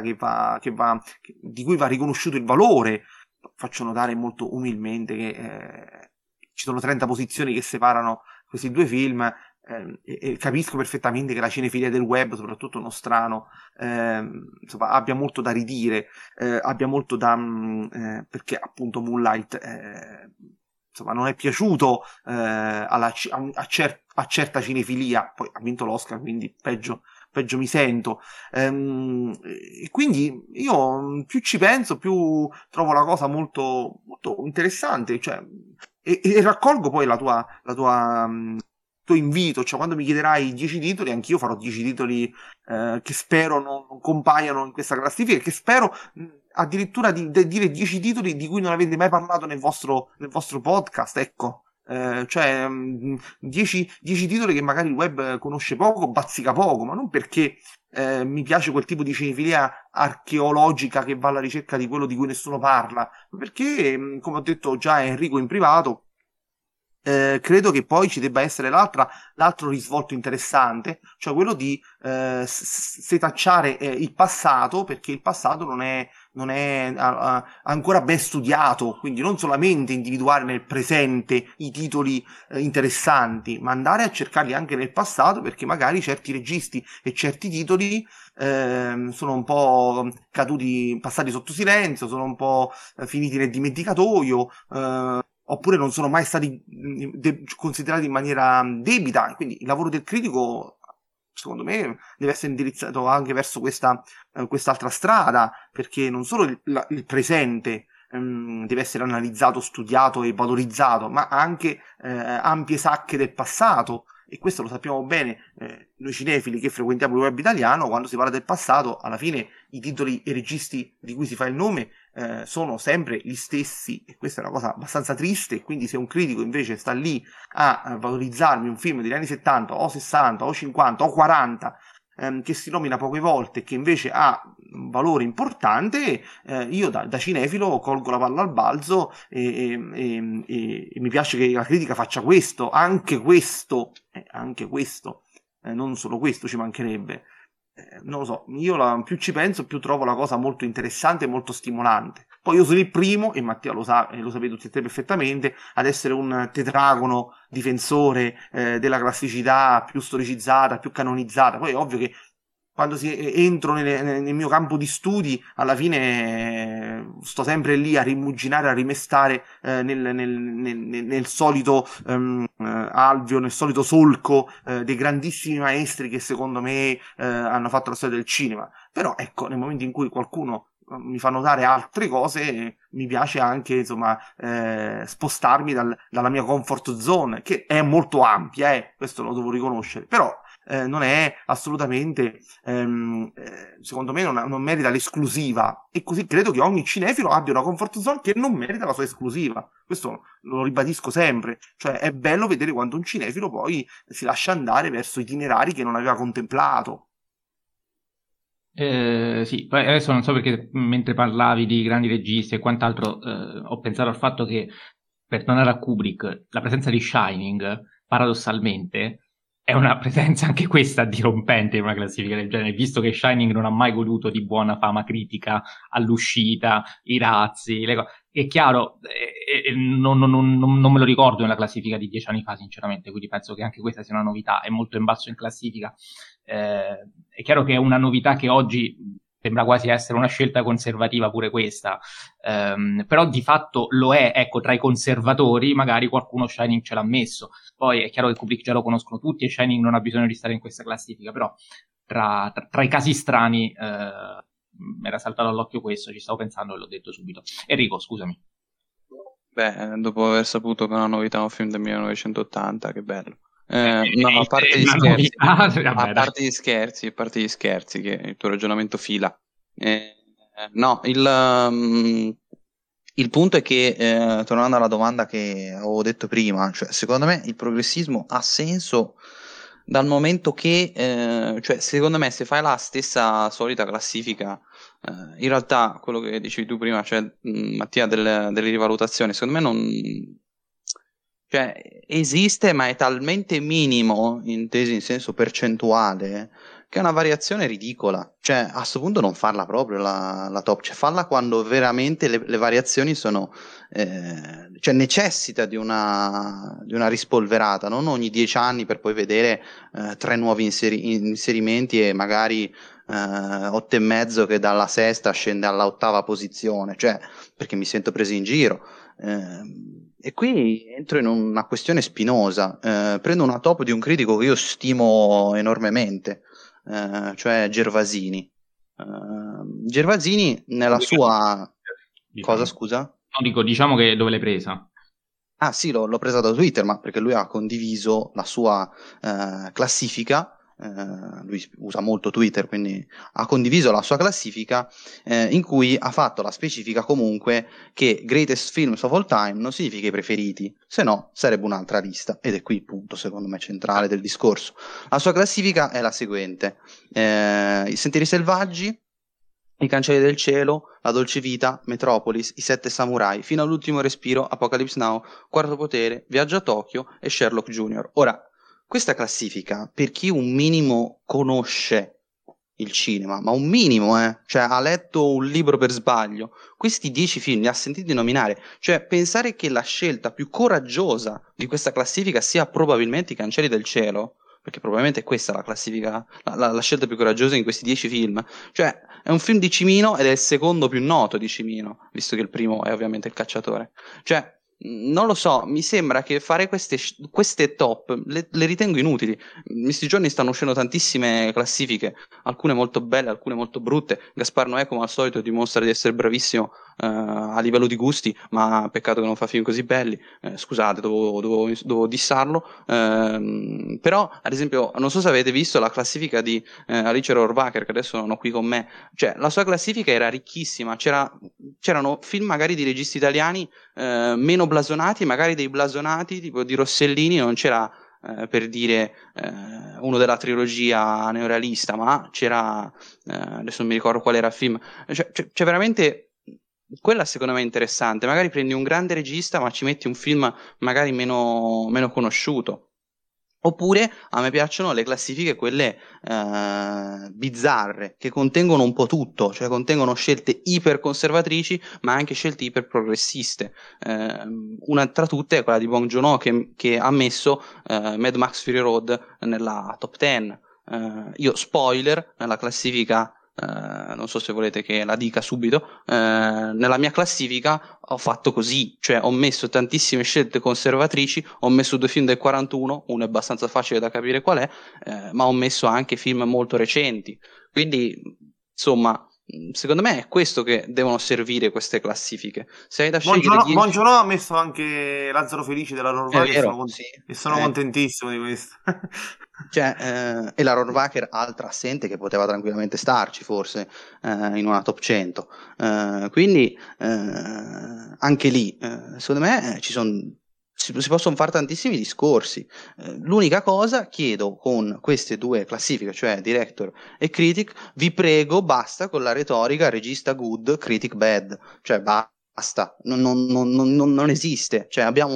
S4: di cui va riconosciuto il valore. Faccio notare molto umilmente che ci sono 30 posizioni che separano questi due film, e capisco perfettamente che la cinefilia del web, soprattutto nostrano, insomma, abbia molto da ridire, abbia molto da perché appunto Moonlight insomma non è piaciuto a certa cinefilia, poi ha vinto l'Oscar, quindi peggio mi sento, e quindi io più ci penso più trovo la cosa molto, molto interessante, cioè, e raccolgo poi la tua tuo invito, cioè quando mi chiederai 10 titoli, anch'io farò 10 titoli che spero non compaiano in questa classifica, che spero addirittura di dire 10 titoli di cui non avete mai parlato nel vostro podcast, ecco. Cioè 10 titoli che magari il web conosce poco, bazzica poco, ma non perché mi piace quel tipo di cinefilia archeologica che va alla ricerca di quello di cui nessuno parla, ma perché, come ho detto già a Enrico in privato, credo che poi ci debba essere l'altro risvolto interessante, cioè quello di setacciare il passato, perché il passato non è ancora ben studiato, quindi non solamente individuare nel presente i titoli interessanti, ma andare a cercarli anche nel passato, perché magari certi registi e certi titoli sono un po' passati sotto silenzio, sono un po' finiti nel dimenticatoio, oppure non sono mai stati considerati in maniera debita. Quindi il lavoro del critico, secondo me, deve essere indirizzato anche verso quest'altra strada, perché non solo il presente deve essere analizzato, studiato e valorizzato, ma anche ampie sacche del passato. E questo lo sappiamo bene noi cinefili che frequentiamo il web italiano. Quando si parla del passato, alla fine i titoli e i registi di cui si fa il nome sono sempre gli stessi, e questa è una cosa abbastanza triste. Quindi se un critico invece sta lì a valorizzarmi un film degli anni 70 o 60 o 50 o 40 che si nomina poche volte e che invece ha un valore importante, io da cinefilo colgo la palla al balzo e mi piace che la critica faccia questo, anche questo, non solo questo, ci mancherebbe. Non lo so, io più ci penso più trovo la cosa molto interessante e molto stimolante. Poi io sono il primo, e Mattia lo sa, e lo sapete tutti e tre perfettamente, ad essere un tetragono difensore della classicità più storicizzata, più canonizzata. Poi è ovvio che quando entro nel mio campo di studi, alla fine sto sempre lì a rimuginare, a rimestare nel solito alveo, nel solito solco dei grandissimi maestri che secondo me hanno fatto la storia del cinema. Però ecco, nel momento in cui qualcuno mi fa notare altre cose, mi piace anche insomma spostarmi dalla mia comfort zone, che è molto ampia, questo lo devo riconoscere, però non è assolutamente, secondo me non merita l'esclusiva, e così credo che ogni cinefilo abbia una comfort zone che non merita la sua esclusiva. Questo lo ribadisco sempre, cioè è bello vedere quando un cinefilo poi si lascia andare verso itinerari che non aveva contemplato.
S1: Sì, poi adesso non so perché mentre parlavi di grandi registi e quant'altro ho pensato al fatto che, per tornare a Kubrick, la presenza di Shining paradossalmente è una presenza anche questa dirompente in una classifica del genere, visto che Shining non ha mai goduto di buona fama critica all'uscita, i razzi, le cose. È chiaro, non me lo ricordo nella classifica di 10 anni fa, sinceramente, quindi penso che anche questa sia una novità, è molto in basso in classifica. È chiaro che è una novità che oggi sembra quasi essere una scelta conservativa pure questa, però di fatto lo è, ecco, tra i conservatori magari qualcuno Shining ce l'ha messo. Poi è chiaro che Kubrick già lo conoscono tutti e Shining non ha bisogno di stare in questa classifica, però tra i casi strani mi era saltato all'occhio questo, ci stavo pensando e l'ho detto subito. Enrico, scusami.
S2: Beh, dopo aver saputo che è una novità un film del 1980, che bello. No, a parte gli scherzi, a parte gli scherzi, che il tuo ragionamento fila. No, il punto è che, tornando alla domanda che avevo detto prima, cioè, secondo me il progressismo ha senso dal momento che, cioè, secondo me, se fai la stessa solita classifica, in realtà quello che dicevi tu prima, cioè, Mattia, delle rivalutazioni, secondo me non. Cioè, esiste, ma è talmente minimo, inteso in senso percentuale, che è una variazione ridicola. Cioè, a sto punto non farla proprio la top, cioè farla quando veramente le variazioni sono, cioè necessita di una rispolverata, non ogni 10 anni per poi vedere 3 nuovi inserimenti e magari 8,5 che dalla sesta scende all'8ª posizione, cioè, perché mi sento preso in giro. E qui entro in una questione spinosa. Prendo una top di un critico che io stimo enormemente, cioè Gervasini. Gervasini nella sua.
S1: Diciamo.
S2: Cosa, scusa?
S1: No, dico, diciamo che dove l'hai presa?
S2: Ah sì, l'ho presa da Twitter, ma perché lui ha condiviso la sua classifica. Lui usa molto Twitter, quindi ha condiviso la sua classifica in cui ha fatto la specifica comunque che Greatest Films of All Time non significa i preferiti, se no sarebbe un'altra lista, ed è qui il punto secondo me centrale del discorso. La sua classifica è la seguente: I Sentieri Selvaggi, I Cancelli del Cielo, La Dolce Vita, Metropolis, I Sette Samurai, Fino all'ultimo respiro, Apocalypse Now, Quarto Potere, Viaggio a Tokyo e Sherlock Jr. Ora, questa classifica, per chi un minimo conosce il cinema, ma un minimo, cioè ha letto un libro per sbaglio, questi 10 film li ha sentiti nominare, cioè pensare che la scelta più coraggiosa di questa classifica sia probabilmente I Cancelli del Cielo, perché probabilmente è questa la classifica, la scelta più coraggiosa in questi 10 film, cioè è un film di Cimino ed è il secondo più noto di Cimino, visto che il primo è ovviamente Il Cacciatore, cioè non lo so, mi sembra che fare queste top le ritengo inutili. In questi giorni stanno uscendo tantissime classifiche, alcune molto belle, alcune molto brutte. Gaspar Noè, come al solito, dimostra di essere bravissimo a livello di gusti, ma peccato che non fa film così belli. Scusate, dovevo dissarlo. Però, ad esempio, non so se avete visto la classifica di Alice Rohrwacher, che adesso non ho qui con me. Cioè, la sua classifica era ricchissima. C'erano film magari di registi italiani meno blasonati, magari dei blasonati tipo di Rossellini non c'era, per dire, uno della trilogia neorealista, ma c'era, adesso non mi ricordo qual era il film, c'è veramente. Quella secondo me è interessante, magari prendi un grande regista ma ci metti un film magari meno conosciuto. Oppure a me piacciono le classifiche quelle bizzarre, che contengono un po' tutto, cioè contengono scelte iper conservatrici ma anche scelte iper progressiste. Una tra tutte è quella di Bong Joon-ho che ha messo Mad Max Fury Road nella top 10. Io spoiler, nella classifica, non so se volete che la dica subito, nella mia classifica ho fatto così, cioè ho messo tantissime scelte conservatrici, ho messo 2 film del 41, uno è abbastanza facile da capire qual è, ma ho messo anche film molto recenti, quindi insomma secondo me è questo che devono servire queste classifiche. Se hai da scegliere
S4: Bong Joon-ho ha messo anche Lazzaro Felice della Rohrwacher e sono contentissimo di questo.
S2: Cioè, e la Rohrwacher, altra assente che poteva tranquillamente starci forse in una top 100, quindi anche lì secondo me si possono fare tantissimi discorsi. L'unica cosa, chiedo con queste 2 classifiche, cioè director e critic, vi prego, basta con la retorica regista good, critic bad, cioè basta, non esiste, cioè abbiamo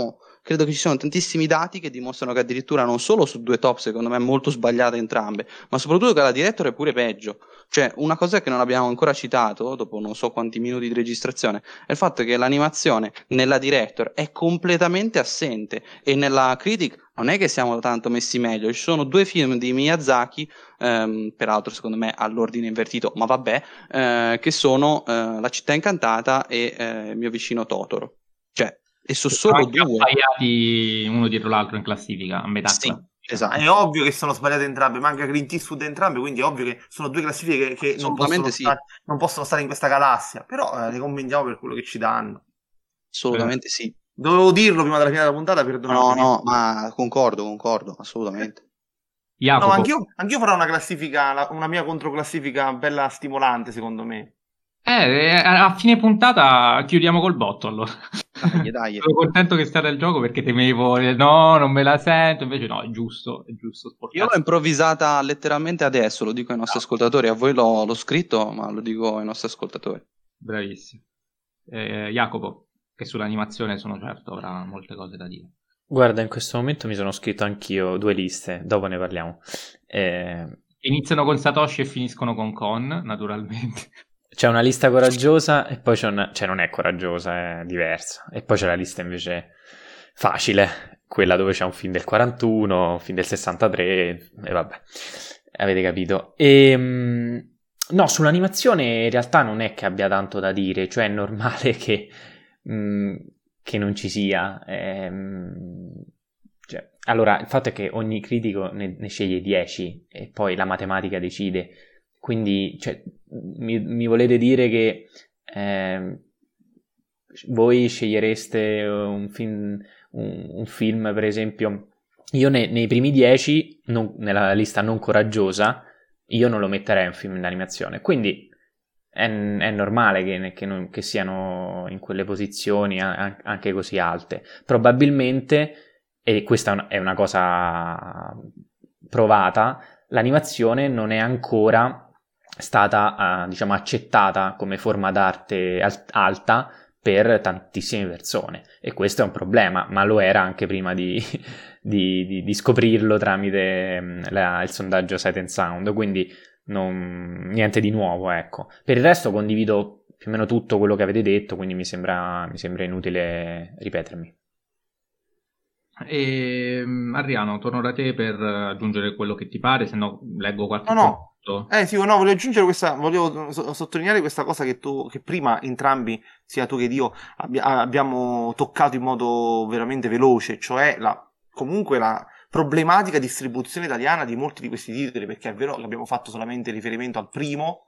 S2: credo che ci siano tantissimi dati che dimostrano che addirittura non solo su due top, secondo me molto sbagliate entrambe, ma soprattutto che la director è pure peggio. Cioè, una cosa che non abbiamo ancora citato, dopo non so quanti minuti di registrazione, è il fatto che l'animazione nella director è completamente assente, e nella critic non è che siamo tanto messi meglio. Ci sono due film di Miyazaki, peraltro secondo me all'ordine invertito, ma vabbè, che sono La città incantata e Il mio vicino Totoro. Cioè, e sono
S1: Sono
S2: solo
S1: anche
S2: due.
S1: appaiati uno dietro l'altro in classifica, a metà
S2: Sì,
S1: classifica.
S2: esatto.
S4: È ovvio che sono sbagliate entrambe, manca Clint Eastwood entrambe, quindi è ovvio che sono due classifiche che
S2: Assolutamente sì.
S4: non possono stare in questa galassia, però le commentiamo per quello che ci danno.
S2: Assolutamente sì.
S4: Dovevo dirlo prima della fine della puntata,
S2: No,
S4: perdonatemi.
S2: no, ma concordo, assolutamente.
S4: No,
S1: Jacopo,
S4: ma anch'io farò una classifica, una mia controclassifica bella stimolante, secondo me.
S1: a fine puntata chiudiamo col botto allora.
S2: Dai.
S1: Sono contento che sia il gioco perché temevo, no, non me la sento, invece no, è giusto
S2: Io
S1: sporcarsi.
S2: l'ho improvvisata letteralmente adesso, lo dico ai nostri ascoltatori, a voi l'ho scritto, ma lo dico ai nostri ascoltatori.
S1: Bravissimo. Jacopo, che sull'animazione sono certo avrà molte cose da dire.
S3: Guarda, in questo momento mi sono scritto anch'io 2 liste, dopo ne parliamo.
S1: Iniziano con Satoshi e finiscono con Con, naturalmente.
S3: C'è una lista coraggiosa e poi c'è cioè non è coraggiosa, è diversa. E poi c'è la lista invece facile, quella dove c'è un film del 41, un film del 63, e vabbè, avete capito. No, sull'animazione in realtà non è che abbia tanto da dire, cioè è normale che non ci sia. Cioè, allora, il fatto è che ogni critico ne sceglie 10 e poi la matematica decide. Quindi, cioè, mi volete dire che voi scegliereste un film, per esempio, io nei primi 10, nella lista non coraggiosa, io non lo metterei un film d'animazione. Quindi è normale che siano in quelle posizioni anche così alte. Probabilmente, e questa è una cosa provata, l'animazione non è ancora stata diciamo accettata come forma d'arte alta per tantissime persone, e questo è un problema, ma lo era anche prima di scoprirlo tramite il sondaggio Sight and Sound, quindi niente di nuovo, ecco. Per il resto condivido più o meno tutto quello che avete detto, quindi mi sembra inutile ripetermi.
S1: Adriano, torno da te per aggiungere quello che ti pare, se no leggo qualche
S4: No.
S1: commento.
S4: Sì, no, volevo aggiungere volevo sottolineare questa cosa che prima entrambi, sia tu che io, abbiamo toccato in modo veramente veloce, cioè comunque la problematica distribuzione italiana di molti di questi titoli, perché è vero che abbiamo fatto solamente riferimento al primo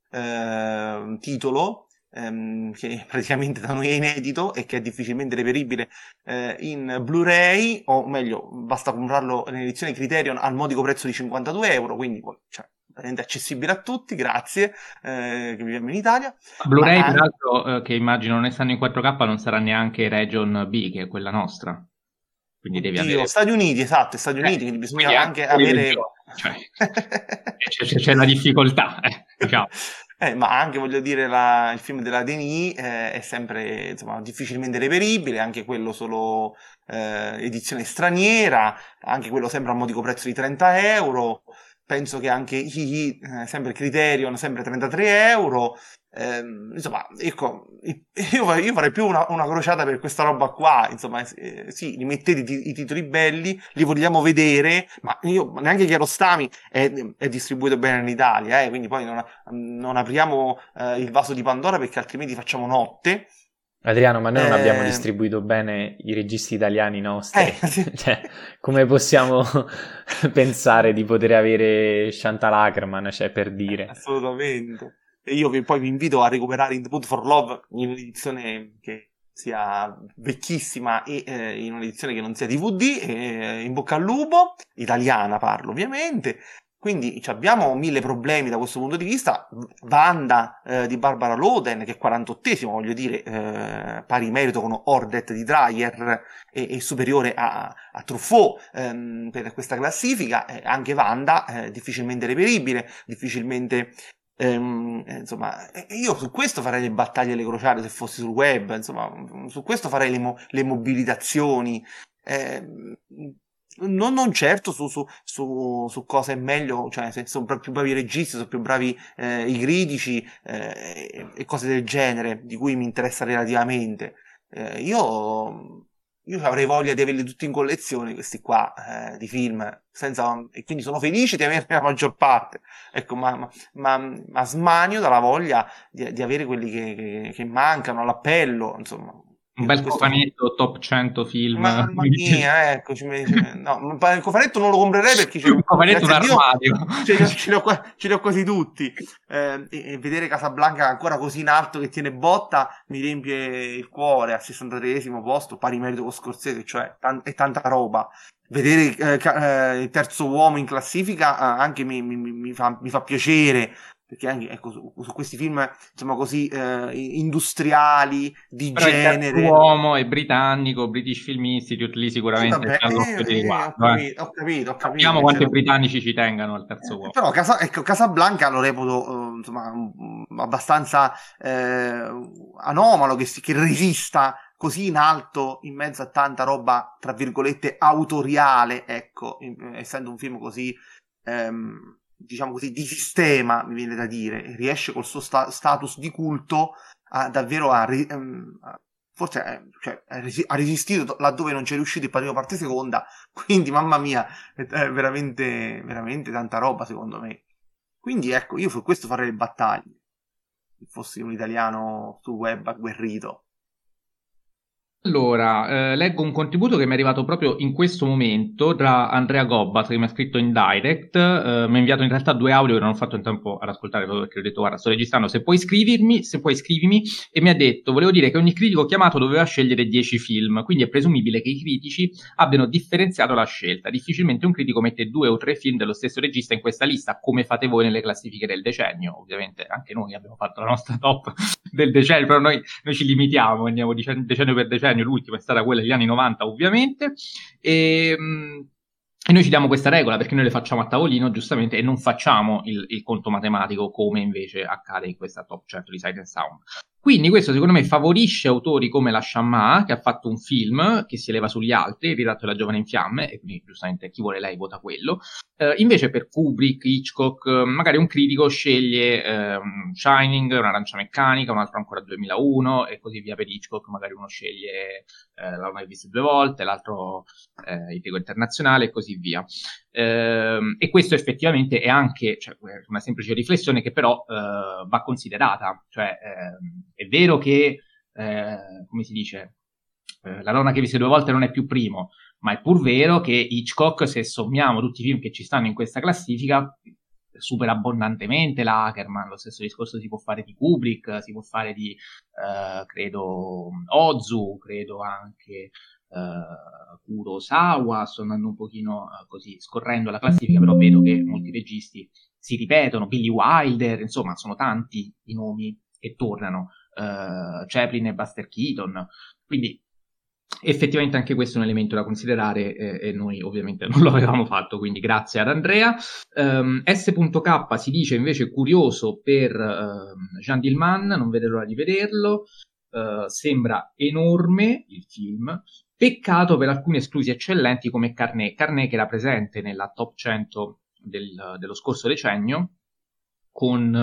S4: titolo, che praticamente da noi è inedito e che è difficilmente reperibile in Blu-ray, o meglio, basta comprarlo nell'edizione Criterion al modico prezzo di 52 euro, quindi cioè, veramente accessibile a tutti, grazie, che viviamo in Italia.
S1: Blu-ray, peraltro, che immagino non essendo in 4K, non sarà neanche Region B, che è quella nostra. Quindi devi avere...
S4: Stati Uniti, esatto, Stati Uniti, quindi bisogna anche avere...
S1: Cioè, c'è una difficoltà, diciamo.
S4: Ma anche, voglio dire, il film della Denis è sempre, insomma, difficilmente reperibile, anche quello solo edizione straniera, anche quello sempre a modico prezzo di 30 euro. Penso che anche sempre Criterion, sempre 33 euro. Insomma, ecco, io farei più una crociata per questa roba qua. Insomma, sì, li mettete i titoli belli, li vogliamo vedere, ma io neanche Kiarostami è distribuito bene in Italia, quindi poi non apriamo il vaso di Pandora, perché altrimenti facciamo notte.
S3: Adriano, ma noi non abbiamo distribuito bene i registi italiani nostri.
S4: Sì.
S3: Cioè, come possiamo pensare di poter avere Chantal Akerman, cioè, per dire?
S4: Assolutamente. E io poi vi invito a recuperare In the Mood for Love in un'edizione che sia vecchissima e in un'edizione che non sia DVD, in bocca al lupo, italiana parlo ovviamente. Quindi abbiamo 1000 problemi da questo punto di vista. Wanda di Barbara Loden, che è 48esimo, voglio dire, pari merito con Ordet di Dreyer e superiore a Truffaut per questa classifica. Anche Wanda difficilmente reperibile, difficilmente Insomma, io su questo farei le battaglie alle crociate se fossi sul web, insomma, su questo farei le mobilitazioni. Non certo su cosa è meglio, cioè se sono più bravi i registi, sono più bravi i critici e cose del genere, di cui mi interessa relativamente. Io avrei voglia di averli tutti in collezione, questi qua, di film, e quindi sono felice di averne la maggior parte, ecco, ma smanio dalla voglia di avere quelli che mancano, all'appello, insomma.
S1: Un bel cofanetto top 100 film.
S4: Mamma mia, ecco, no, il cofanetto non lo comprerei perché
S1: un cofanetto, un armadio.
S4: Ce li ho quasi tutti. E vedere Casablanca ancora così in alto che tiene botta mi riempie il cuore al 63esimo posto, pari merito con Scorsese, cioè è tanta roba. Vedere il terzo uomo in classifica anche mi fa piacere, perché anche ecco, su questi film insomma così industriali di
S1: però
S4: genere.
S1: Il terzo uomo è britannico, British Film Institute, lì sicuramente c'è l'occhio di riguardo.
S4: Ho capito.
S1: Sappiamo quanti britannici ci tengano al terzo uomo.
S4: Però Casablanca lo reputo insomma abbastanza anomalo che resista così in alto in mezzo a tanta roba tra virgolette autoriale, ecco, essendo un film così diciamo così di sistema, mi viene da dire, riesce col suo status di culto davvero forse ha resistito laddove non c'è riuscito il Padrino parte seconda, quindi mamma mia è veramente veramente tanta roba secondo me. Quindi ecco, io su questo farei le battaglie se fossi un italiano sul web agguerrito.
S1: Allora, leggo un contributo che mi è arrivato proprio in questo momento da Andrea Gobbat, che mi ha scritto in direct, mi ha inviato in realtà 2 audio che non ho fatto in tempo ad ascoltare, proprio perché ho detto guarda sto registrando, se puoi scrivimi, e mi ha detto volevo dire che ogni critico chiamato doveva scegliere 10 film, quindi è presumibile che i critici abbiano differenziato la scelta, difficilmente un critico mette 2 o 3 film dello stesso regista in questa lista, come fate voi nelle classifiche del decennio, ovviamente anche noi abbiamo fatto la nostra top del decennio, però noi ci limitiamo, andiamo decennio per decennio. L'ultima è stata quella degli anni 90 ovviamente e noi ci diamo questa regola perché noi le facciamo a tavolino giustamente e non facciamo il conto matematico come invece accade in questa top 100 di Sight and Sound. Quindi questo secondo me favorisce autori come la Sciamma, che ha fatto un film che si eleva sugli altri, Il ritratto della giovane in fiamme, e quindi giustamente chi vuole lei vota quello. Invece per Kubrick, Hitchcock, magari un critico sceglie Shining, Un'arancia meccanica, un altro ancora 2001 e così via per Hitchcock, magari uno sceglie L'ho mai visto 2 volte, l'altro Il Piego internazionale e così via. E questo effettivamente è anche una semplice riflessione che però va considerata, cioè è vero che come si dice La donna che visse 2 volte non è più primo, ma è pur vero che Hitchcock, se sommiamo tutti i film che ci stanno in questa classifica, supera abbondantemente la Ackerman. Lo stesso discorso si può fare di Kubrick, si può fare di credo Ozu, credo anche Kurosawa. Sto andando un pochino così scorrendo la classifica, però vedo che molti registi si ripetono, Billy Wilder, insomma sono tanti i nomi che tornano, Chaplin e Buster Keaton, quindi effettivamente anche questo è un elemento da considerare e noi ovviamente non lo avevamo fatto, quindi grazie ad Andrea. S.K. si dice invece curioso per Jean Dillman, non vedo l'ora di vederlo, sembra enorme il film, peccato per alcuni esclusi eccellenti come Carnet che era presente nella top 100 dello scorso decennio con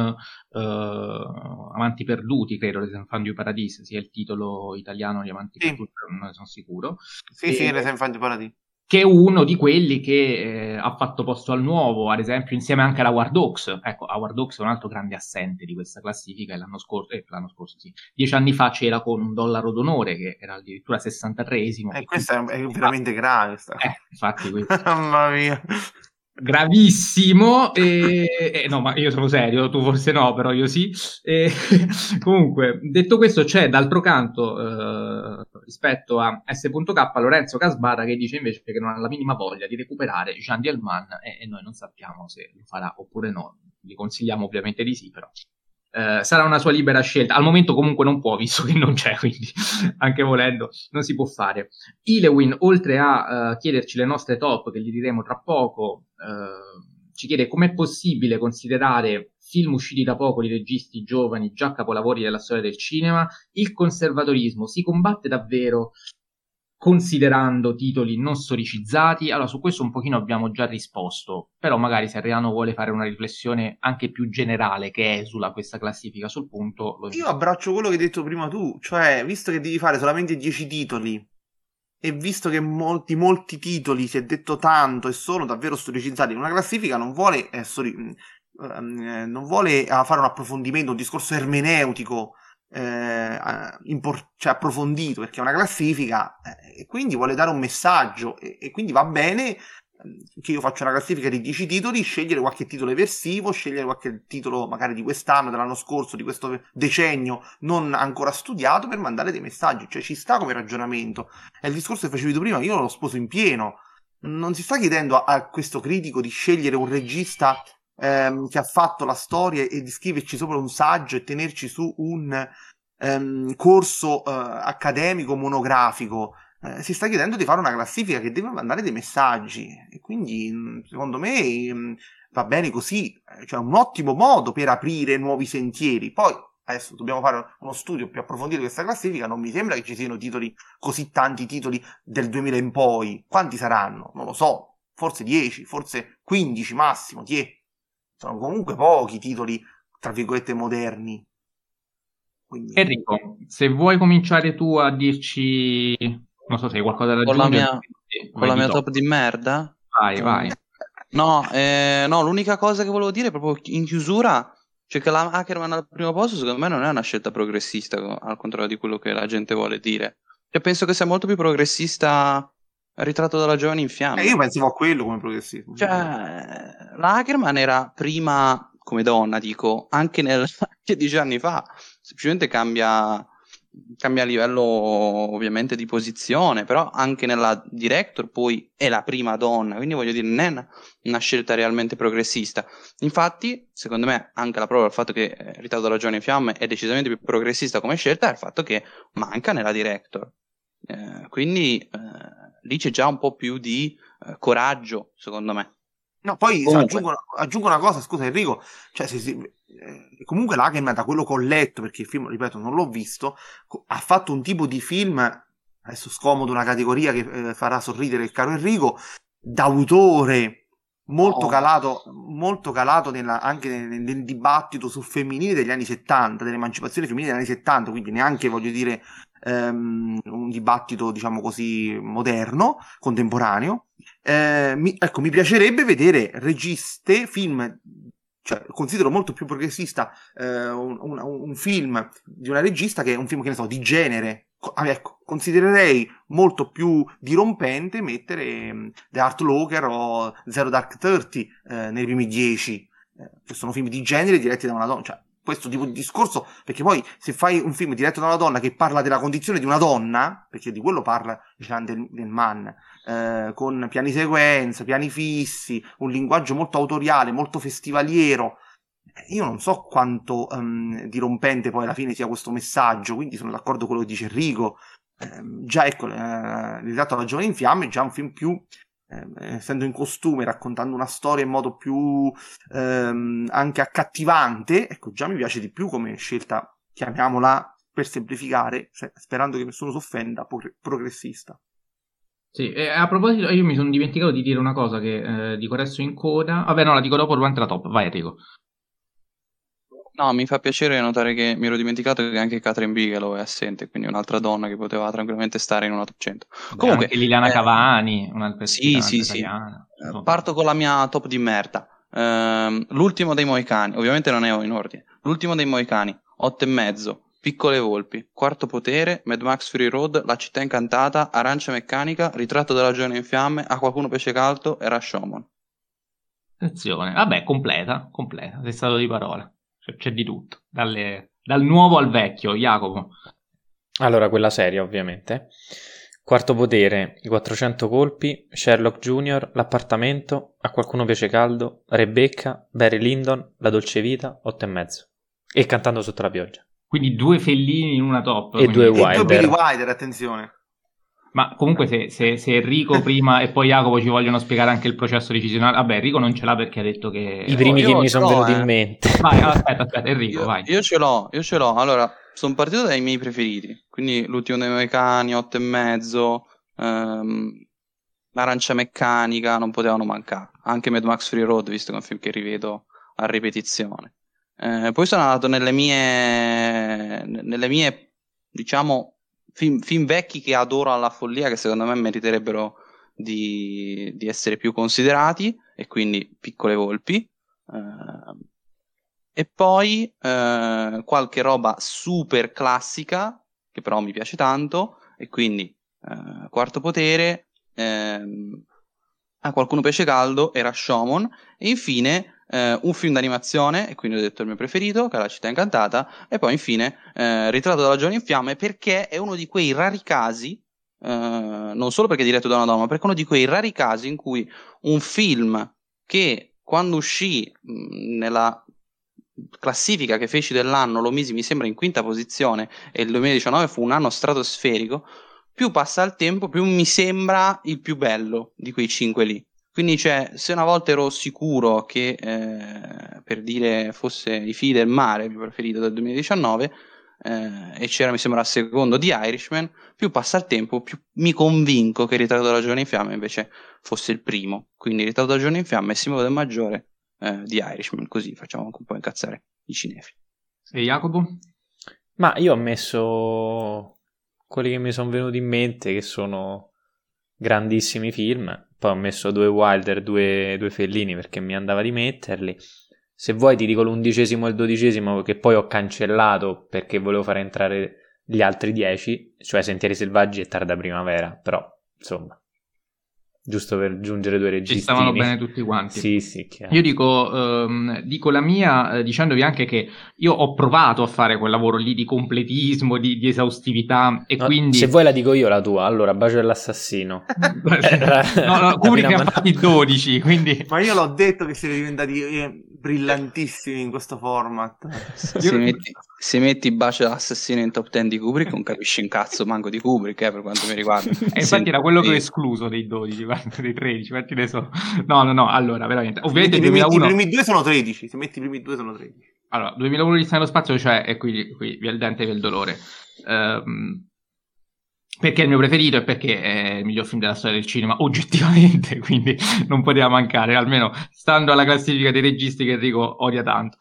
S1: Amanti perduti, credo, Les Enfants du Paradis sia il titolo italiano di Amanti perduti, non ne sono sicuro.
S4: Sì, Les Enfants du Paradis.
S1: Che è uno di quelli che ha fatto posto al nuovo, ad esempio, insieme anche alla War Dogs. Ecco, War Dogs è un altro grande assente di questa classifica, e l'anno scorso, sì. 10 anni fa c'era con $1 d'onore, che era addirittura 63esimo.
S4: Questo è veramente grave.
S1: Infatti, questo.
S4: Mamma mia.
S1: Gravissimo, no, ma io sono serio, tu forse no, però io sì. Comunque, detto questo, c'è d'altro canto rispetto a S.K. Lorenzo Casbara che dice invece che non ha la minima voglia di recuperare Jean Dillman e noi non sappiamo se lo farà oppure no. Gli consigliamo ovviamente di sì, però sarà una sua libera scelta. Al momento comunque non può, visto che non c'è, quindi anche volendo non si può fare. Ilewin, oltre a chiederci le nostre top, che gli diremo tra poco, ci chiede com'è possibile considerare film usciti da poco di registi giovani già capolavori della storia del cinema. Il conservatorismo si combatte davvero considerando titoli non storicizzati? Allora, su questo un pochino abbiamo già risposto, però magari se Adriano vuole fare una riflessione anche più generale che esula questa classifica sul punto,
S4: io abbraccio quello che hai detto prima tu, cioè visto che devi fare solamente 10 titoli e visto che molti titoli si è detto tanto e sono davvero storicizzati, una classifica non vuole non vuole fare un approfondimento, un discorso ermeneutico cioè approfondito, perché è una classifica e quindi vuole dare un messaggio e quindi va bene che io faccia una classifica di 10 titoli, scegliere qualche titolo eversivo, scegliere qualche titolo magari di quest'anno, dell'anno scorso, di questo decennio non ancora studiato per mandare dei messaggi, cioè ci sta come ragionamento. È il discorso che facevi tu prima, io lo sposo in pieno. Non si sta chiedendo a questo critico di scegliere un regista che ha fatto la storia e di scriverci sopra un saggio e tenerci su un corso accademico monografico. Si sta chiedendo di fare una classifica che deve mandare dei messaggi e quindi secondo me va bene così, cioè un ottimo modo per aprire nuovi sentieri. Poi adesso dobbiamo fare uno studio più approfondito di questa classifica, non mi sembra che ci siano titoli, così tanti titoli del 2000 in poi. Quanti saranno? Non lo so, forse 10, forse 15 massimo, sono comunque pochi titoli tra virgolette moderni. Quindi...
S1: Enrico, se vuoi cominciare tu a dirci, non so se hai qualcosa da aggiungere
S2: con la mia top di merda.
S1: Vai.
S2: No, l'unica cosa che volevo dire proprio in chiusura, cioè che la Akerman al primo posto secondo me non è una scelta progressista, al contrario di quello che la gente vuole dire. Cioè penso che sia molto più progressista Ritratto dalla giovane in fiamme.
S4: Io pensavo a quello come progressismo.
S2: Cioè, la Akerman era prima come donna, dico, anche 10 anni fa, semplicemente cambia a livello ovviamente di posizione, però anche nella director poi è la prima donna, quindi voglio dire non è una scelta realmente progressista. Infatti secondo me anche la prova del fatto che Ritratto dalla giovane in fiamme è decisamente più progressista come scelta è il fatto che manca nella director, quindi lì c'è già un po' più di coraggio secondo me.
S4: No, poi aggiungo una cosa, scusa Enrico, cioè comunque l'Akerman, da quello che ho letto, perché il film, ripeto, non l'ho visto, ha fatto un tipo di film, adesso scomodo una categoria che farà sorridere il caro Enrico, d'autore molto calato anche nel dibattito sul femminile degli anni 70, dell'emancipazione femminile degli anni 70, quindi neanche voglio dire un dibattito diciamo così moderno, contemporaneo. Mi piacerebbe vedere registe, film, cioè considero molto più progressista un film di una regista che è un film, che ne so, di genere. Ecco, considererei molto più dirompente mettere The Hurt Locker o Zero Dark Thirty nei primi 10, che sono film di genere diretti da una donna, cioè questo tipo di discorso, perché poi se fai un film diretto da una donna che parla della condizione di una donna, perché di quello parla Jean Delman, con piani sequenza, piani fissi, un linguaggio molto autoriale, molto festivaliero, io non so quanto dirompente poi alla fine sia questo messaggio, quindi sono d'accordo con quello che dice Enrico. Già ecco, Il Ritratto dalla giovane in fiamme è già un film più essendo in costume, raccontando una storia in modo più anche accattivante, ecco, già mi piace di più come scelta, chiamiamola per semplificare, sperando che nessuno si offenda, progressista.
S1: Sì, e a proposito, io mi sono dimenticato di dire una cosa che dico adesso in coda. Vabbè, no, la dico dopo durante la top. Vai, Enrico.
S2: No, mi fa piacere notare che mi ero dimenticato che anche Catherine Bigelow è assente, quindi un'altra donna che poteva tranquillamente stare in una top 100. Comunque,
S1: anche Liliana Cavani, un'altra
S2: sì.
S1: italiana.
S2: Parto con la mia top di merda. L'ultimo dei Moicani, ovviamente non è in ordine. L'ultimo dei Moicani, 8,5. Piccole volpi, Quarto potere, Mad Max Fury Road, La città incantata, Arancia meccanica, Ritratto della giovane in fiamme, A qualcuno pesce caldo e Rashomon.
S1: Attenzione, vabbè, completa, sei stato di parola. C'è di tutto, dal nuovo al vecchio. Jacopo.
S3: Allora, quella seria ovviamente. Quarto potere, I 400 colpi, Sherlock Junior, L'appartamento, A qualcuno piace caldo, Rebecca, Barry Lyndon, La dolce vita, 8,5. E Cantando sotto la pioggia.
S1: Quindi 2 Fellini in una top.
S3: E 2 Wilder.
S4: E 2 Billy Wilder, attenzione.
S1: Ma comunque se Enrico prima e poi Jacopo ci vogliono spiegare anche il processo decisionale, vabbè, Enrico non ce l'ha perché ha detto che...
S3: I primi che mi sono venuti in mente.
S1: Vai, aspetta, Enrico, vai.
S2: Io ce l'ho. Allora, sono partito dai miei preferiti, quindi L'ultimo dei Moicani, 8 e mezzo, Arancia Meccanica, non potevano mancare. Anche Mad Max Fury Road, visto che è un film che rivedo a ripetizione. Poi sono andato nelle mie, diciamo, film vecchi che adoro alla follia, che secondo me meriterebbero di essere più considerati, e quindi Piccole Volpi. E poi qualche roba super classica, che però mi piace tanto, e quindi Quarto Potere, Qualcuno Pesce Caldo e Rashomon, e infine un film d'animazione, e quindi ho detto il mio preferito, che è La città incantata, e poi infine Ritratto dalla giovane in fiamme, perché è uno di quei rari casi, non solo perché è diretto da una donna, ma perché è uno di quei rari casi in cui un film che quando uscì nella classifica che feci dell'anno lo misi, mi sembra, in quinta posizione, e il 2019 fu un anno stratosferico. Più passa il tempo, più mi sembra il più bello di quei 5 lì. Quindi, cioè, se una volta ero sicuro che, per dire, fosse I figli del mare il mio preferito del 2019, e c'era, mi sembra, al secondo di Irishman, più passa il tempo, più mi convinco che Ritratto della giovane in fiamme invece fosse il primo. Quindi Ritratto della giovane in fiamme è Simone del Maggiore di Irishman, così facciamo anche un po' incazzare i cinefili.
S1: E Jacopo?
S3: Ma io ho messo quelli che mi sono venuti in mente, che sono grandissimi film. Poi ho messo 2 Wilder, due Fellini, perché mi andava di metterli. Se vuoi ti dico l'11° e il 12°, che poi ho cancellato perché volevo fare entrare gli altri 10, cioè Sentieri Selvaggi e Tarda Primavera, però insomma, giusto per aggiungere 2 registrini.
S1: Ci stavano bene tutti quanti.
S3: Sì, chiaro.
S1: Io dico la mia, dicendovi anche che io ho provato a fare quel lavoro lì di completismo, di esaustività, e
S3: no,
S1: quindi...
S3: Se vuoi la dico io la tua. Allora, Bacio dell'assassino.
S1: no, Kubrick ne ha fatti 12, quindi...
S4: Ma io l'ho detto che siete diventati brillantissimi in questo format.
S2: Se metti Bacio dell'assassino in top 10 di Kubrick, non capisci un cazzo manco di Kubrick, per quanto mi riguarda.
S1: E infatti era quello che ho escluso dei 12, dei 13, quanti ne so. No, allora, veramente. Ovviamente
S4: i
S1: 2001...
S4: primi 2 sono 13, se metti i primi 2 sono 13.
S1: Allora, 2001 di nello spazio, cioè, e qui via il dente e via il dolore. Perché è il mio preferito e perché è il miglior film della storia del cinema, oggettivamente, quindi non poteva mancare, almeno stando alla classifica dei registi che Enrico odia tanto.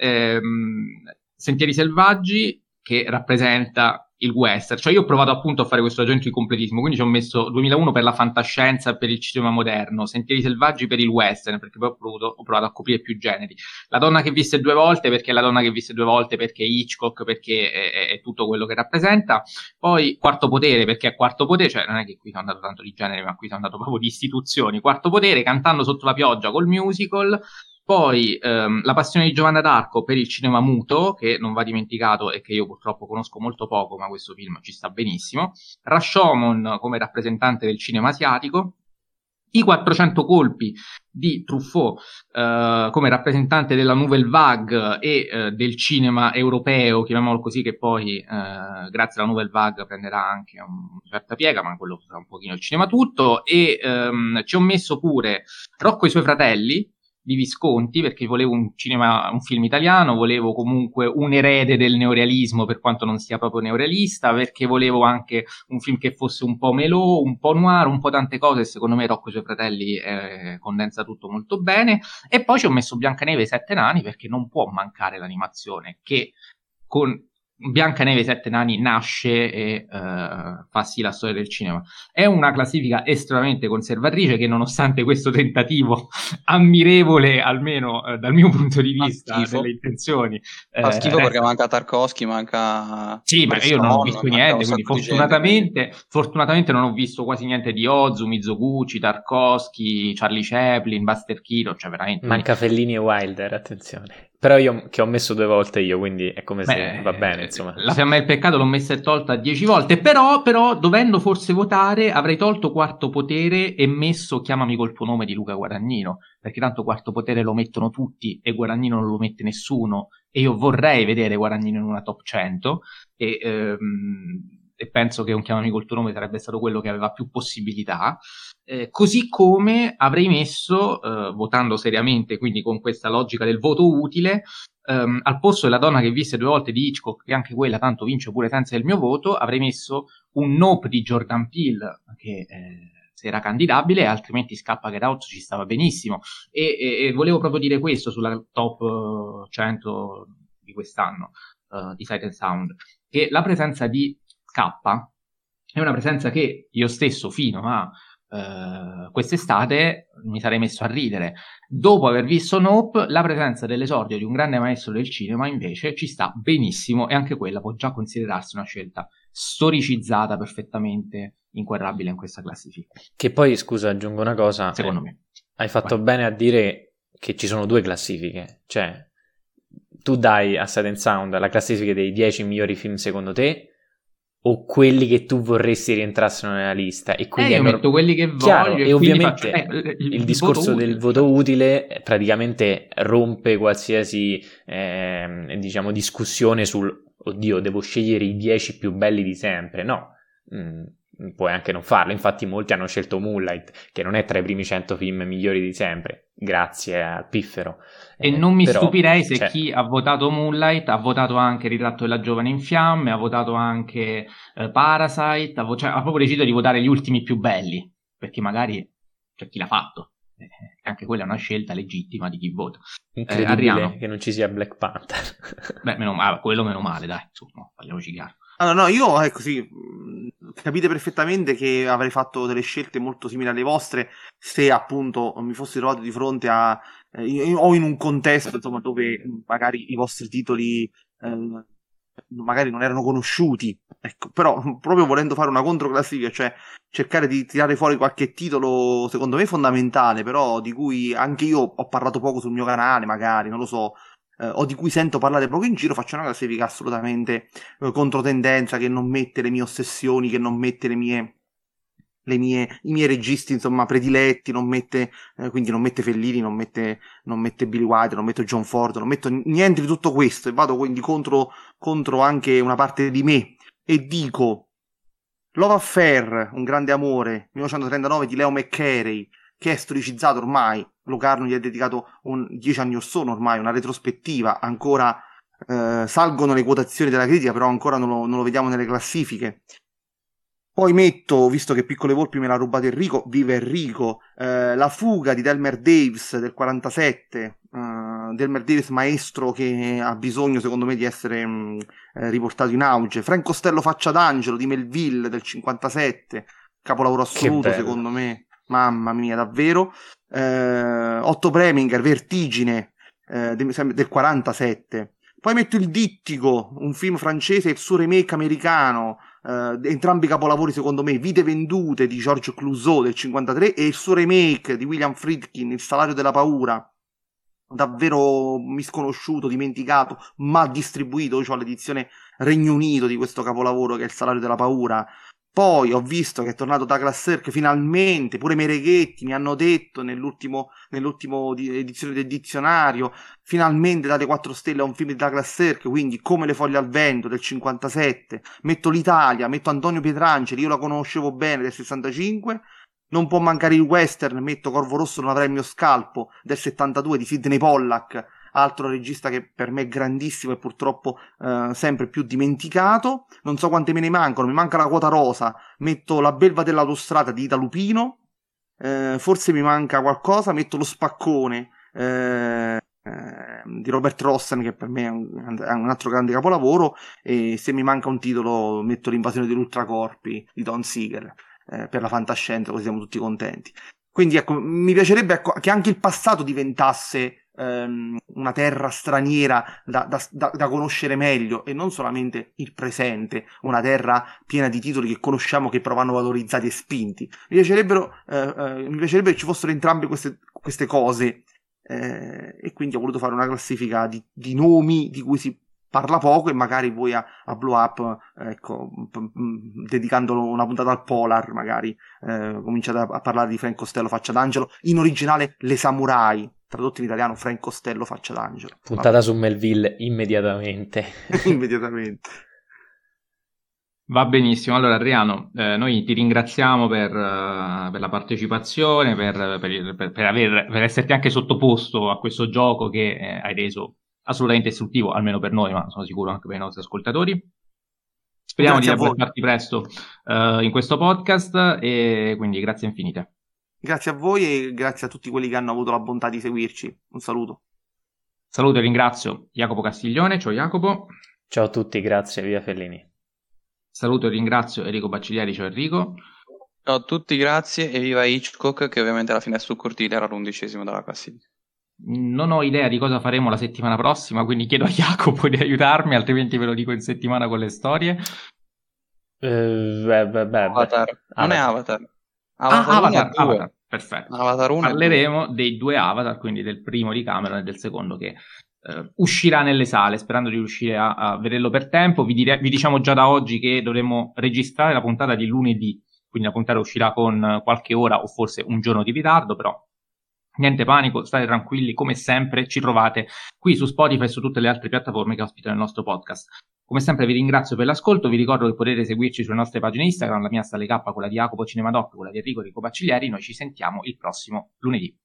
S1: Sentieri Selvaggi, che rappresenta il western, cioè io ho provato appunto a fare questo ragionamento di completismo, quindi ci ho messo 2001 per la fantascienza e per il cinema moderno, Sentieri Selvaggi per il western, perché poi ho provato a coprire più generi, La donna che visse 2 volte, perché è la donna che visse 2 volte, perché Hitchcock, perché è tutto quello che rappresenta, poi Quarto Potere, perché è Quarto Potere, cioè non è che qui sono andato tanto di genere, ma qui sono andato proprio di istituzioni, Quarto Potere, Cantando sotto la pioggia col musical. Poi La passione di Giovanna d'Arco per il cinema muto, che non va dimenticato e che io purtroppo conosco molto poco, ma questo film ci sta benissimo. Rashomon come rappresentante del cinema asiatico. I 400 colpi di Truffaut come rappresentante della Nouvelle Vague e del cinema europeo, chiamiamolo così, che poi grazie alla Nouvelle Vague prenderà anche una certa piega, ma quello sarà un pochino il cinema tutto. E ci ho messo pure Rocco e i suoi fratelli di Visconti, perché volevo un film italiano, volevo comunque un erede del neorealismo, per quanto non sia proprio neorealista, perché volevo anche un film che fosse un po' melò, un po' noir, un po' tante cose, e secondo me Rocco e i suoi fratelli condensa tutto molto bene. E poi ci ho messo Biancaneve e i 7 nani, perché non può mancare l'animazione, che con Biancaneve e i 7 nani nasce e fa sì la storia del cinema. È una classifica estremamente conservatrice che, nonostante questo tentativo ammirevole, almeno dal mio punto di vista, delle intenzioni,
S2: fa schifo perché manca Tarkovsky, manca...
S1: Sì, ma io non ho visto niente, quindi fortunatamente non ho visto quasi niente di Ozu, Mizoguchi, Tarkovsky, Charlie Chaplin, Buster Keaton, cioè veramente...
S3: Manca Fellini e Wilder, attenzione. Però io che ho messo 2 volte io, quindi è come se va bene, insomma.
S1: La fiamma del peccato l'ho messa e tolta 10 volte, però dovendo forse votare avrei tolto Quarto Potere e messo Chiamami col tuo nome di Luca Guadagnino, perché tanto Quarto Potere lo mettono tutti e Guadagnino non lo mette nessuno, e io vorrei vedere Guadagnino in una top 100, e e penso che Un chiamami col tuo nome sarebbe stato quello che aveva più possibilità, così come avrei messo, votando seriamente, quindi con questa logica del voto utile, al posto della donna che visse 2 volte di Hitchcock, che anche quella tanto vince pure senza il mio voto, avrei messo un Nope di Jordan Peele, che se era candidabile, altrimenti Scappa Get Out ci stava benissimo, e volevo proprio dire questo sulla top 100 di quest'anno di Sight and Sound, che la presenza di Scappa è una presenza che io stesso fino a quest'estate mi sarei messo a ridere. Dopo aver visto Nope, la presenza dell'esordio di un grande maestro del cinema invece ci sta benissimo, e anche quella può già considerarsi una scelta storicizzata, perfettamente inquadrabile in questa classifica.
S3: Che poi, scusa, aggiungo una cosa,
S1: secondo me
S3: hai fatto bene a dire che ci sono 2 classifiche, cioè tu dai a Sight and Sound la classifica dei 10 migliori film secondo te, o quelli che tu vorresti rientrassero nella lista, e quindi
S1: io metto quelli che
S3: chiaro,
S1: voglio,
S3: e ovviamente
S1: faccio,
S3: il discorso del voto utile praticamente rompe qualsiasi diciamo discussione sul oddio, devo scegliere i 10 più belli di sempre. No, puoi anche non farlo. Infatti molti hanno scelto Moonlight, che non è tra i primi 100 film migliori di sempre, grazie al piffero.
S1: E non mi
S3: però,
S1: stupirei se chi ha votato Moonlight ha votato anche Ritratto della giovane in fiamme, ha votato anche Parasite, cioè ha proprio deciso di votare gli ultimi più belli, perché magari c'è chi l'ha fatto. Anche quella è una scelta legittima di chi vota.
S3: Incredibile che non ci sia Black Panther.
S1: Beh, quello meno male, dai, insomma, parliamoci chiaro.
S4: Allora, no, io così capite perfettamente che avrei fatto delle scelte molto simili alle vostre se appunto mi fossi trovato di fronte a o in un contesto, insomma, dove magari i vostri titoli magari non erano conosciuti, ecco. Però proprio volendo fare una controclassifica, cioè cercare di tirare fuori qualche titolo secondo me fondamentale, però di cui anche io ho parlato poco sul mio canale, magari, non lo so, o di cui sento parlare poco in giro, faccio una classifica assolutamente controtendenza, che non mette le mie ossessioni, che non mette i miei registi, insomma, prediletti, non mette quindi non mette Fellini, non mette Billy Wilder, non metto John Ford, non metto niente di tutto questo, e vado quindi contro anche una parte di me, e dico Love Affair, Un grande amore, 1939 di Leo McCarey, che è storicizzato ormai. Locarno gli ha dedicato 10 anni or sono ormai, una retrospettiva, ancora salgono le quotazioni della critica, però ancora non lo vediamo nelle classifiche. Poi metto, visto che Piccole Volpi me l'ha rubato Enrico, viva Enrico, La fuga di Delmer Daves del 47, Delmer Daves maestro che ha bisogno secondo me di essere riportato in auge. Frank Costello Faccia d'angelo di Melville del 57, capolavoro assoluto secondo me, mamma mia davvero. Otto Preminger, Vertigine del 47. Poi metto Il Dittico, un film francese, e il suo remake americano, entrambi capolavori secondo me, Vite vendute di Georges Clouzot del 53 e il suo remake di William Friedkin, Il salario della paura, davvero misconosciuto, dimenticato, ma distribuito. Io ho l'edizione Regno Unito di questo capolavoro che è Il salario della paura. Poi ho visto che è tornato Douglas Sirk finalmente, pure Mereghetti mi hanno detto nell'ultimo edizione del dizionario, finalmente date 4 stelle a un film di Douglas Sirk, quindi Come le foglie al vento del 57, metto l'Italia, metto Antonio Pietrangeli, io la conoscevo bene, del 65, non può mancare il western, metto Corvo Rosso non avrà il mio scalpo del 72 di Sidney Pollack, altro regista che per me è grandissimo e purtroppo sempre più dimenticato. Non so quante me ne mancano, mi manca La quota rosa, metto La belva dell'autostrada di Ita Lupino, forse mi manca qualcosa, metto Lo spaccone di Robert Rossen, che per me è un altro grande capolavoro, e se mi manca un titolo metto L'invasione degli ultracorpi di Don Siegel, per la fantascienza, così siamo tutti contenti. Quindi ecco, mi piacerebbe che anche il passato diventasse una terra straniera da conoscere meglio, e non solamente il presente, una terra piena di titoli che conosciamo, che però vanno valorizzati e spinti. Mi piacerebbe che ci fossero entrambe queste cose, e quindi ho voluto fare una classifica di nomi di cui si parla poco, e magari voi a Blow Up, ecco, dedicando una puntata al Polar, magari cominciate a parlare di Frank Costello Faccia d'angelo, in originale Le Samurai, tradotto in italiano Frank Costello Faccia d'angelo.
S3: Puntata su Melville immediatamente.
S4: Immediatamente.
S1: Va benissimo, allora Adriano, noi ti ringraziamo per la partecipazione, per esserti anche sottoposto a questo gioco che hai reso assolutamente istruttivo, almeno per noi, ma sono sicuro anche per i nostri ascoltatori. Speriamo
S4: Grazie
S1: di
S4: a voi.
S1: abbracciarti presto in questo podcast e quindi grazie infinite.
S4: Grazie a voi e grazie a tutti quelli che hanno avuto la bontà di seguirci. Un saluto.
S1: Saluto e ringrazio Jacopo Castiglione, ciao Jacopo.
S3: Ciao a tutti, grazie, via Fellini.
S1: Saluto e ringrazio Enrico Bacciglieri, ciao Enrico.
S2: Ciao a tutti, grazie e viva Hitchcock, che ovviamente alla fine sul cortile era l'11° della classifica.
S1: Non ho idea di cosa faremo la settimana prossima, quindi chiedo a Jacopo di aiutarmi, altrimenti ve lo dico in settimana con le storie.
S2: Avatar. Non è Avatar.
S1: Avatar, perfetto.
S2: Avatar 1
S1: Parleremo dei 2 Avatar, quindi del primo di Cameron e del secondo che uscirà nelle sale, sperando di riuscire a vederlo per tempo. Vi diciamo già da oggi che dovremo registrare la puntata di lunedì, quindi la puntata uscirà con qualche ora o forse un giorno di ritardo, però niente panico, state tranquilli, come sempre ci trovate qui su Spotify e su tutte le altre piattaforme che ospitano il nostro podcast. Come sempre vi ringrazio per l'ascolto, vi ricordo che potete seguirci sulle nostre pagine Instagram, la mia Stale K, quella di Jacopo Cinemadoc, quella di Enrico Bacciglieri. Noi ci sentiamo il prossimo lunedì.